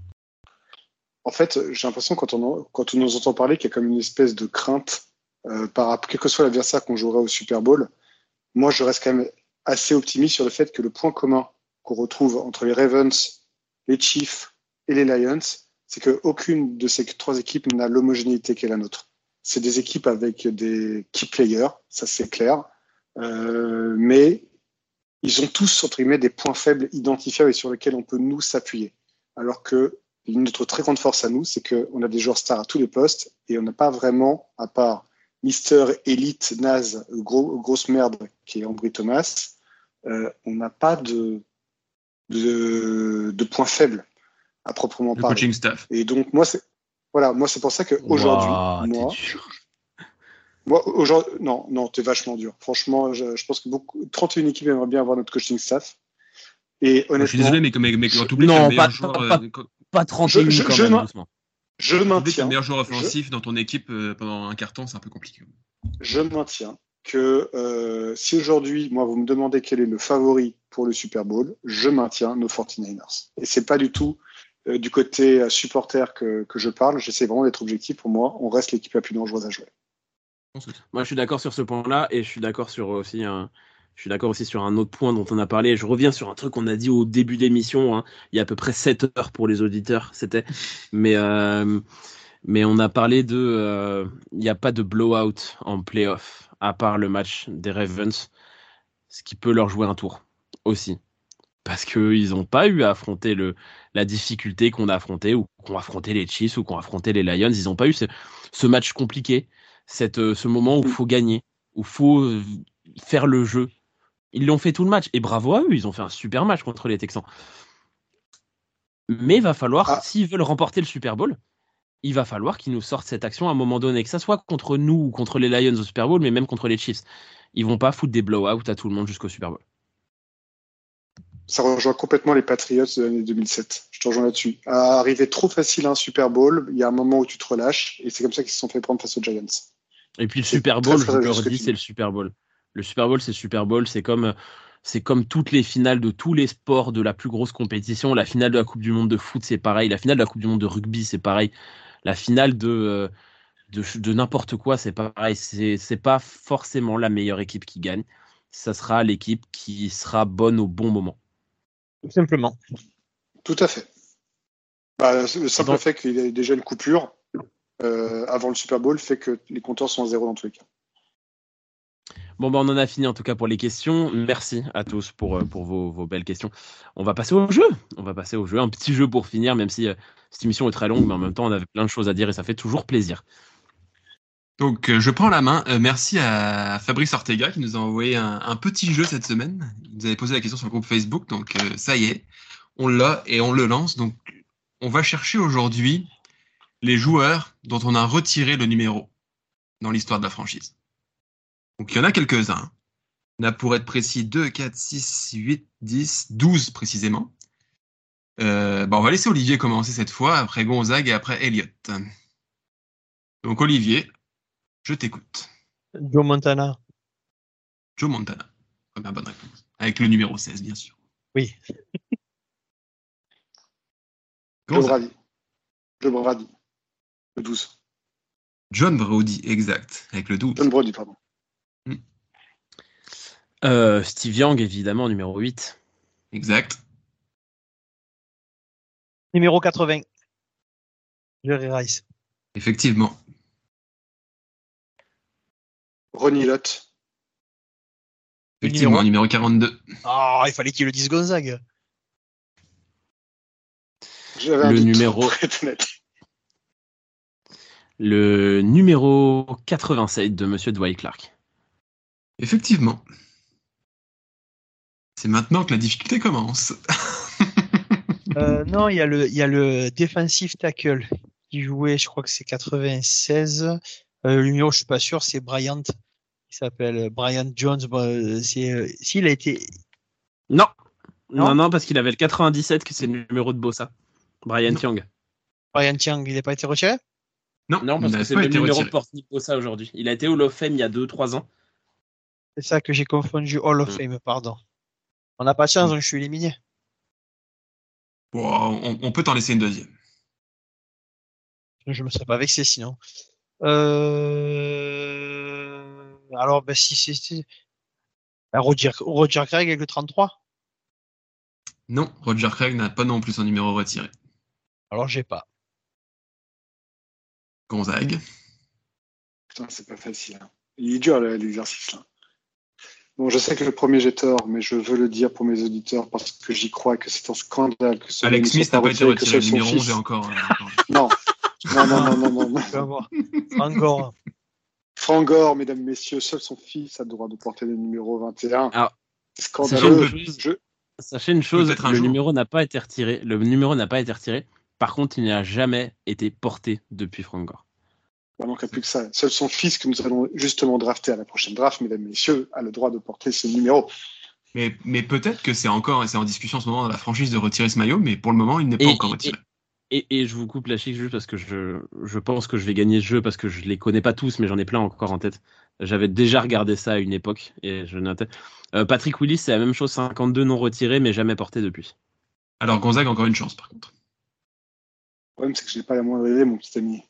En fait, j'ai l'impression quand on nous entend parler qu'il y a comme une espèce de crainte par rapport, quel que soit l'adversaire qu'on jouera au Super Bowl. Moi, je reste quand même assez optimiste sur le fait que le point commun qu'on retrouve entre les Ravens, les Chiefs et les Lions, c'est qu'aucune de ces trois équipes n'a l'homogénéité qu'est la nôtre. C'est des équipes avec des key players, ça c'est clair, mais ils ont tous, entre guillemets, des points faibles identifiables et sur lesquels on peut nous s'appuyer. Alors que notre très grande force à nous, c'est qu'on a des joueurs stars à tous les postes et on n'a pas vraiment, à part Mister Elite naze, grosse merde qui est Ambry Thomas, on n'a pas de points faibles à proprement parler. Coaching staff. Et donc moi c'est pour ça qu'aujourd'hui, aujourd'hui, non, t'es vachement dur. Franchement, je pense que 31 équipes aimeraient bien avoir notre coaching staff. Et honnêtement, je suis désolé, mais quand tu oublies non, que le meilleur joueur, pas 31 quand même, doucement. Je maintiens. Le meilleur joueur offensif dans ton équipe pendant un quart temps, c'est un peu compliqué. Je maintiens que si aujourd'hui, moi, vous me demandez quel est le favori pour le Super Bowl, je maintiens nos 49ers. Et c'est pas du tout du côté supporter que je parle. J'essaie vraiment d'être objectif. Pour moi, on reste l'équipe la plus dangereuse à jouer. Moi, je suis d'accord sur ce point-là et je suis d'accord aussi sur un autre point dont on a parlé. Je reviens sur un truc qu'on a dit au début de l'émission. Il y a à peu près 7 heures pour les auditeurs, c'était. Mais on a parlé il n'y a pas de blowout en playoff, à part le match des Ravens, ce qui peut leur jouer un tour aussi. Parce qu'ils n'ont pas eu à affronter la difficulté qu'on a affronté, ou qu'ont affronté les Chiefs, ou qu'ont affronté les Lions. Ils n'ont pas eu ce match compliqué, ce moment où il faut gagner, où il faut faire le jeu. Ils l'ont fait tout le match, et bravo à eux, ils ont fait un super match contre les Texans. Mais il va falloir, s'ils veulent remporter le Super Bowl, il va falloir qu'ils nous sortent cette action à un moment donné, que ça soit contre nous ou contre les Lions au Super Bowl, mais même contre les Chiefs. Ils vont pas foutre des blowouts à tout le monde jusqu'au Super Bowl. Ça rejoint complètement les Patriots de l'année 2007. Je te rejoins là-dessus. À arriver trop facile à un Super Bowl, il y a un moment où tu te relâches, et c'est comme ça qu'ils se sont fait prendre face aux Giants. Et puis le Super Bowl, je leur dis, c'est le Super Bowl. Le Super Bowl, c'est le Super Bowl. C'est comme toutes les finales de tous les sports de la plus grosse compétition. La finale de la Coupe du Monde de foot, c'est pareil. La finale de la Coupe du Monde de rugby, c'est pareil. La finale de n'importe quoi, c'est pareil. C'est pas forcément la meilleure équipe qui gagne. Ça sera l'équipe qui sera bonne au bon moment. Tout simplement. Tout à fait. Le simple fait qu'il y ait déjà une coupure avant le Super Bowl fait que les compteurs sont à 0 dans tous les cas. Bon, on en a fini en tout cas pour les questions. Merci à tous pour vos belles questions. On va passer au jeu. Un petit jeu pour finir, même si cette émission est très longue, mais en même temps, on avait plein de choses à dire et ça fait toujours plaisir. Donc, je prends la main. Merci à Fabrice Ortega qui nous a envoyé un petit jeu cette semaine. Il nous avait posé la question sur le groupe Facebook. Donc, ça y est, on l'a et on le lance. Donc, on va chercher aujourd'hui les joueurs dont on a retiré le numéro dans l'histoire de la franchise. Donc, il y en a quelques-uns. On a, pour être précis, 2, 4, 6, 8, 10, 12 précisément. On va laisser Olivier commencer cette fois, après Gonzague et après Elliott. Donc, Olivier, je t'écoute. Joe Montana. Joe Montana. Première bonne réponse. Avec le numéro 16, bien sûr. Oui. Joe Brady. Le 12. John Brody, exact, avec le 12. John Brody, pardon. Steve Young, évidemment, numéro 8. Exact. Numéro 80. Jerry Rice. Effectivement. Ronnie Lott. Effectivement, numéro 42. Ah, il fallait qu'il le dise Gonzague. J'avais un Le doute, numéro- pour être honnête. Le numéro 87 de Monsieur Dwight Clark. Effectivement. C'est maintenant que la difficulté commence. Non, il y a le defensive tackle qui jouait, je crois que c'est 96. Le numéro, je suis pas sûr, c'est Bryant. Il s'appelle Bryant Jones. S'il a été. Non. Non Non, parce qu'il avait le 97, que c'est le numéro de Bossa. Brian Non. Young. Bryant Young, il n'a pas été retiré? Non, parce il n'a que c'est pas le été numéro retiré. de Portnick Bossa aujourd'hui. Il a été Hall of Fame il y a 2-3 ans. C'est ça que j'ai confondu. Hall of Fame, pardon. On n'a pas de chance, donc je suis éliminé. Bon, on peut t'en laisser une deuxième. Je me serais pas vexé sinon. Alors, ben, si c'était. Ben, Roger Craig avec le 33? Non, Roger Craig n'a pas non plus son numéro retiré. Alors, j'ai pas. Gonzague. Putain, c'est pas facile. Hein. Il est dur l'exercice là. Bon, je sais que le premier j'ai tort, mais je veux le dire pour mes auditeurs parce que j'y crois que c'est un scandale que ce Alex Smith n'a pas été retiré. Le son numéro 11 fils. est encore. Non. Non. Tu vas voir. Encore. Frank Gore, mesdames, messieurs, seul son fils a le droit de porter le numéro 21. Alors, Scandaleux. Sachez une chose, Peut-être un le jour. numéro n'a pas été retiré. Le numéro n'a pas été retiré. Par contre, il n'a jamais été porté depuis Frank Gore. Il manque plus que ça. Seul son fils que nous allons justement drafter à la prochaine draft, mesdames, messieurs, a le droit de porter ce numéro. Mais peut-être que c'est en discussion en ce moment dans la franchise de retirer ce maillot, mais pour le moment, il n'est pas encore retiré. Et je vous coupe la chic juste parce que je pense que je vais gagner ce jeu parce que je les connais pas tous, mais j'en ai plein encore en tête. J'avais déjà regardé ça à une époque et je notais. Patrick Willis, c'est la même chose, 52 non retirés, mais jamais porté depuis. Alors Gonzague a encore une chance, par contre. Le problème, c'est que je n'ai pas la moindre idée, mon petit ami.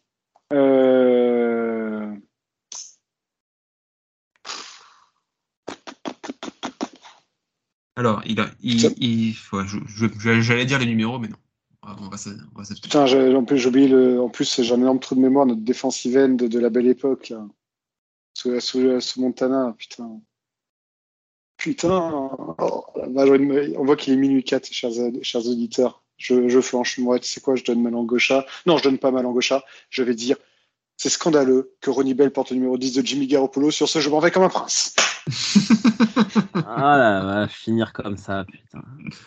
Alors, j'allais dire les numéros, mais non. On va s'abstenir. Putain, en plus, j'ai oublié en plus, j'ai un énorme trou de mémoire, notre defensive end de la belle époque, là. Sous Montana, putain. Oh, on voit qu'il est minuit 4, chers auditeurs. Je flanche, moi, tu sais quoi, je donne ma langue au chat. Non, je donne pas ma langue au chat. Je vais dire, c'est scandaleux que Ronnie Bell porte le numéro 10 de Jimmy Garoppolo. Sur ce, je m'en vais comme un prince. Ah là, va finir comme ça, putain.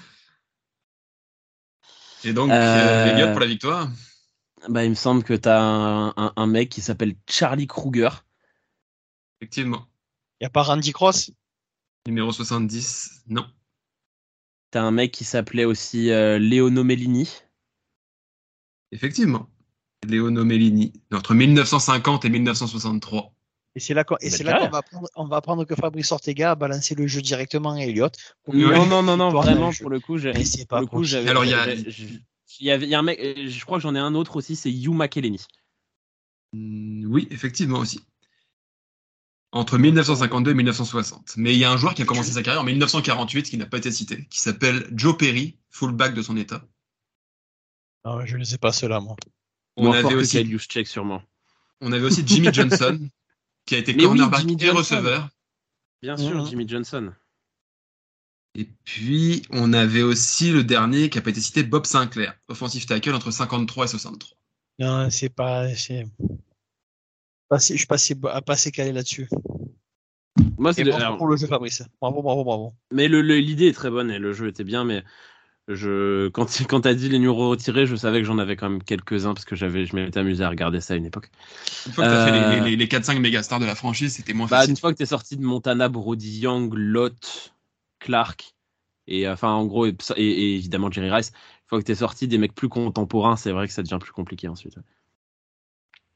Et donc, Elliot pour la victoire. Bah, il me semble que t'as un mec qui s'appelle Charlie Kruger. Effectivement. Il n'y a pas Randy Cross? Numéro 70, non. T'as un mec qui s'appelait aussi Leono Mellini. Effectivement. Leono Mellini, entre 1950 et 1963. Et c'est là qu'on va apprendre que Fabrice Ortega a balancé le jeu directement à Elliot. Non, vraiment, pour le coup, c'est pas possible. Alors, il y a un mec, je crois que j'en ai un autre aussi, c'est Hugh McElhenney. Oui, effectivement aussi. Entre 1952 et 1960. Mais il y a un joueur qui a commencé sa carrière en 1948 qui n'a pas été cité, qui s'appelle Joe Perry, fullback de son état. Ah, je ne sais pas cela, moi. On avait aussi Jimmy Johnson, qui a été cornerback et receveur. Bien sûr, Jimmy Johnson. Et puis, on avait aussi le dernier qui n'a pas été cité, Bob Sinclair, offensive tackle entre 53 et 63. Non, c'est pas... Je suis pas assez calé là-dessus. Moi, c'est bravo pour le jeu, Fabrice. Bravo. Mais l'idée est très bonne et le jeu était bien, mais quand t'as dit les numéros retirés, je savais que j'en avais quand même quelques-uns parce que je m'étais amusé à regarder ça à une époque. Une fois que t'as fait les 4-5 mégastars de la franchise, c'était moins facile. Une fois que t'es sorti de Montana, Brody Young, Lott, Clark, et enfin en gros, et évidemment Jerry Rice, une fois que t'es sorti des mecs plus contemporains, c'est vrai que ça devient plus compliqué ensuite.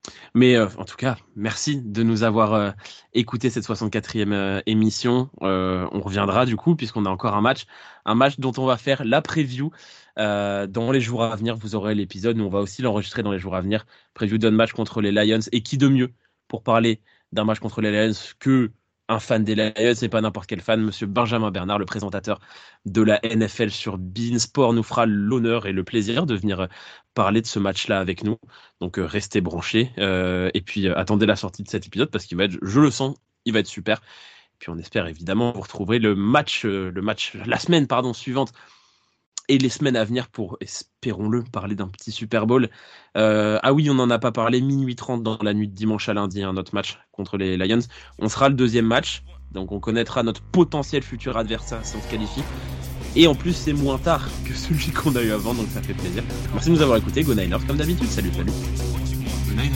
Mais en tout cas, merci de nous avoir écouté cette 64e émission. On reviendra du coup, puisqu'on a encore un match dont on va faire la preview dans les jours à venir. Vous aurez l'épisode, nous on va aussi l'enregistrer dans les jours à venir. Preview d'un match contre les Lions. Et qui de mieux pour parler d'un match contre les Lions que un fan des Lions, et pas n'importe quel fan, monsieur Benjamin Bernard, le présentateur de la NFL sur beIN Sport, nous fera l'honneur et le plaisir de venir parler de ce match-là avec nous. Donc restez branchés et puis attendez la sortie de cet épisode parce qu'il va être, je le sens, il va être super. Et puis on espère évidemment vous retrouver la semaine suivante et les semaines à venir pour, espérons-le, parler d'un petit Super Bowl. Ah oui, on n'en a pas parlé, minuit 30 dans la nuit de dimanche à lundi, un autre match contre les Lions. On sera le deuxième match, donc on connaîtra notre potentiel futur adversaire si on se qualifie. Et en plus, c'est moins tard que celui qu'on a eu avant, donc ça fait plaisir. Merci de nous avoir écoutés, Go Niners, comme d'habitude. Salut. Go Niners.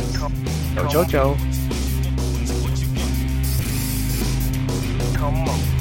Ciao. Come on.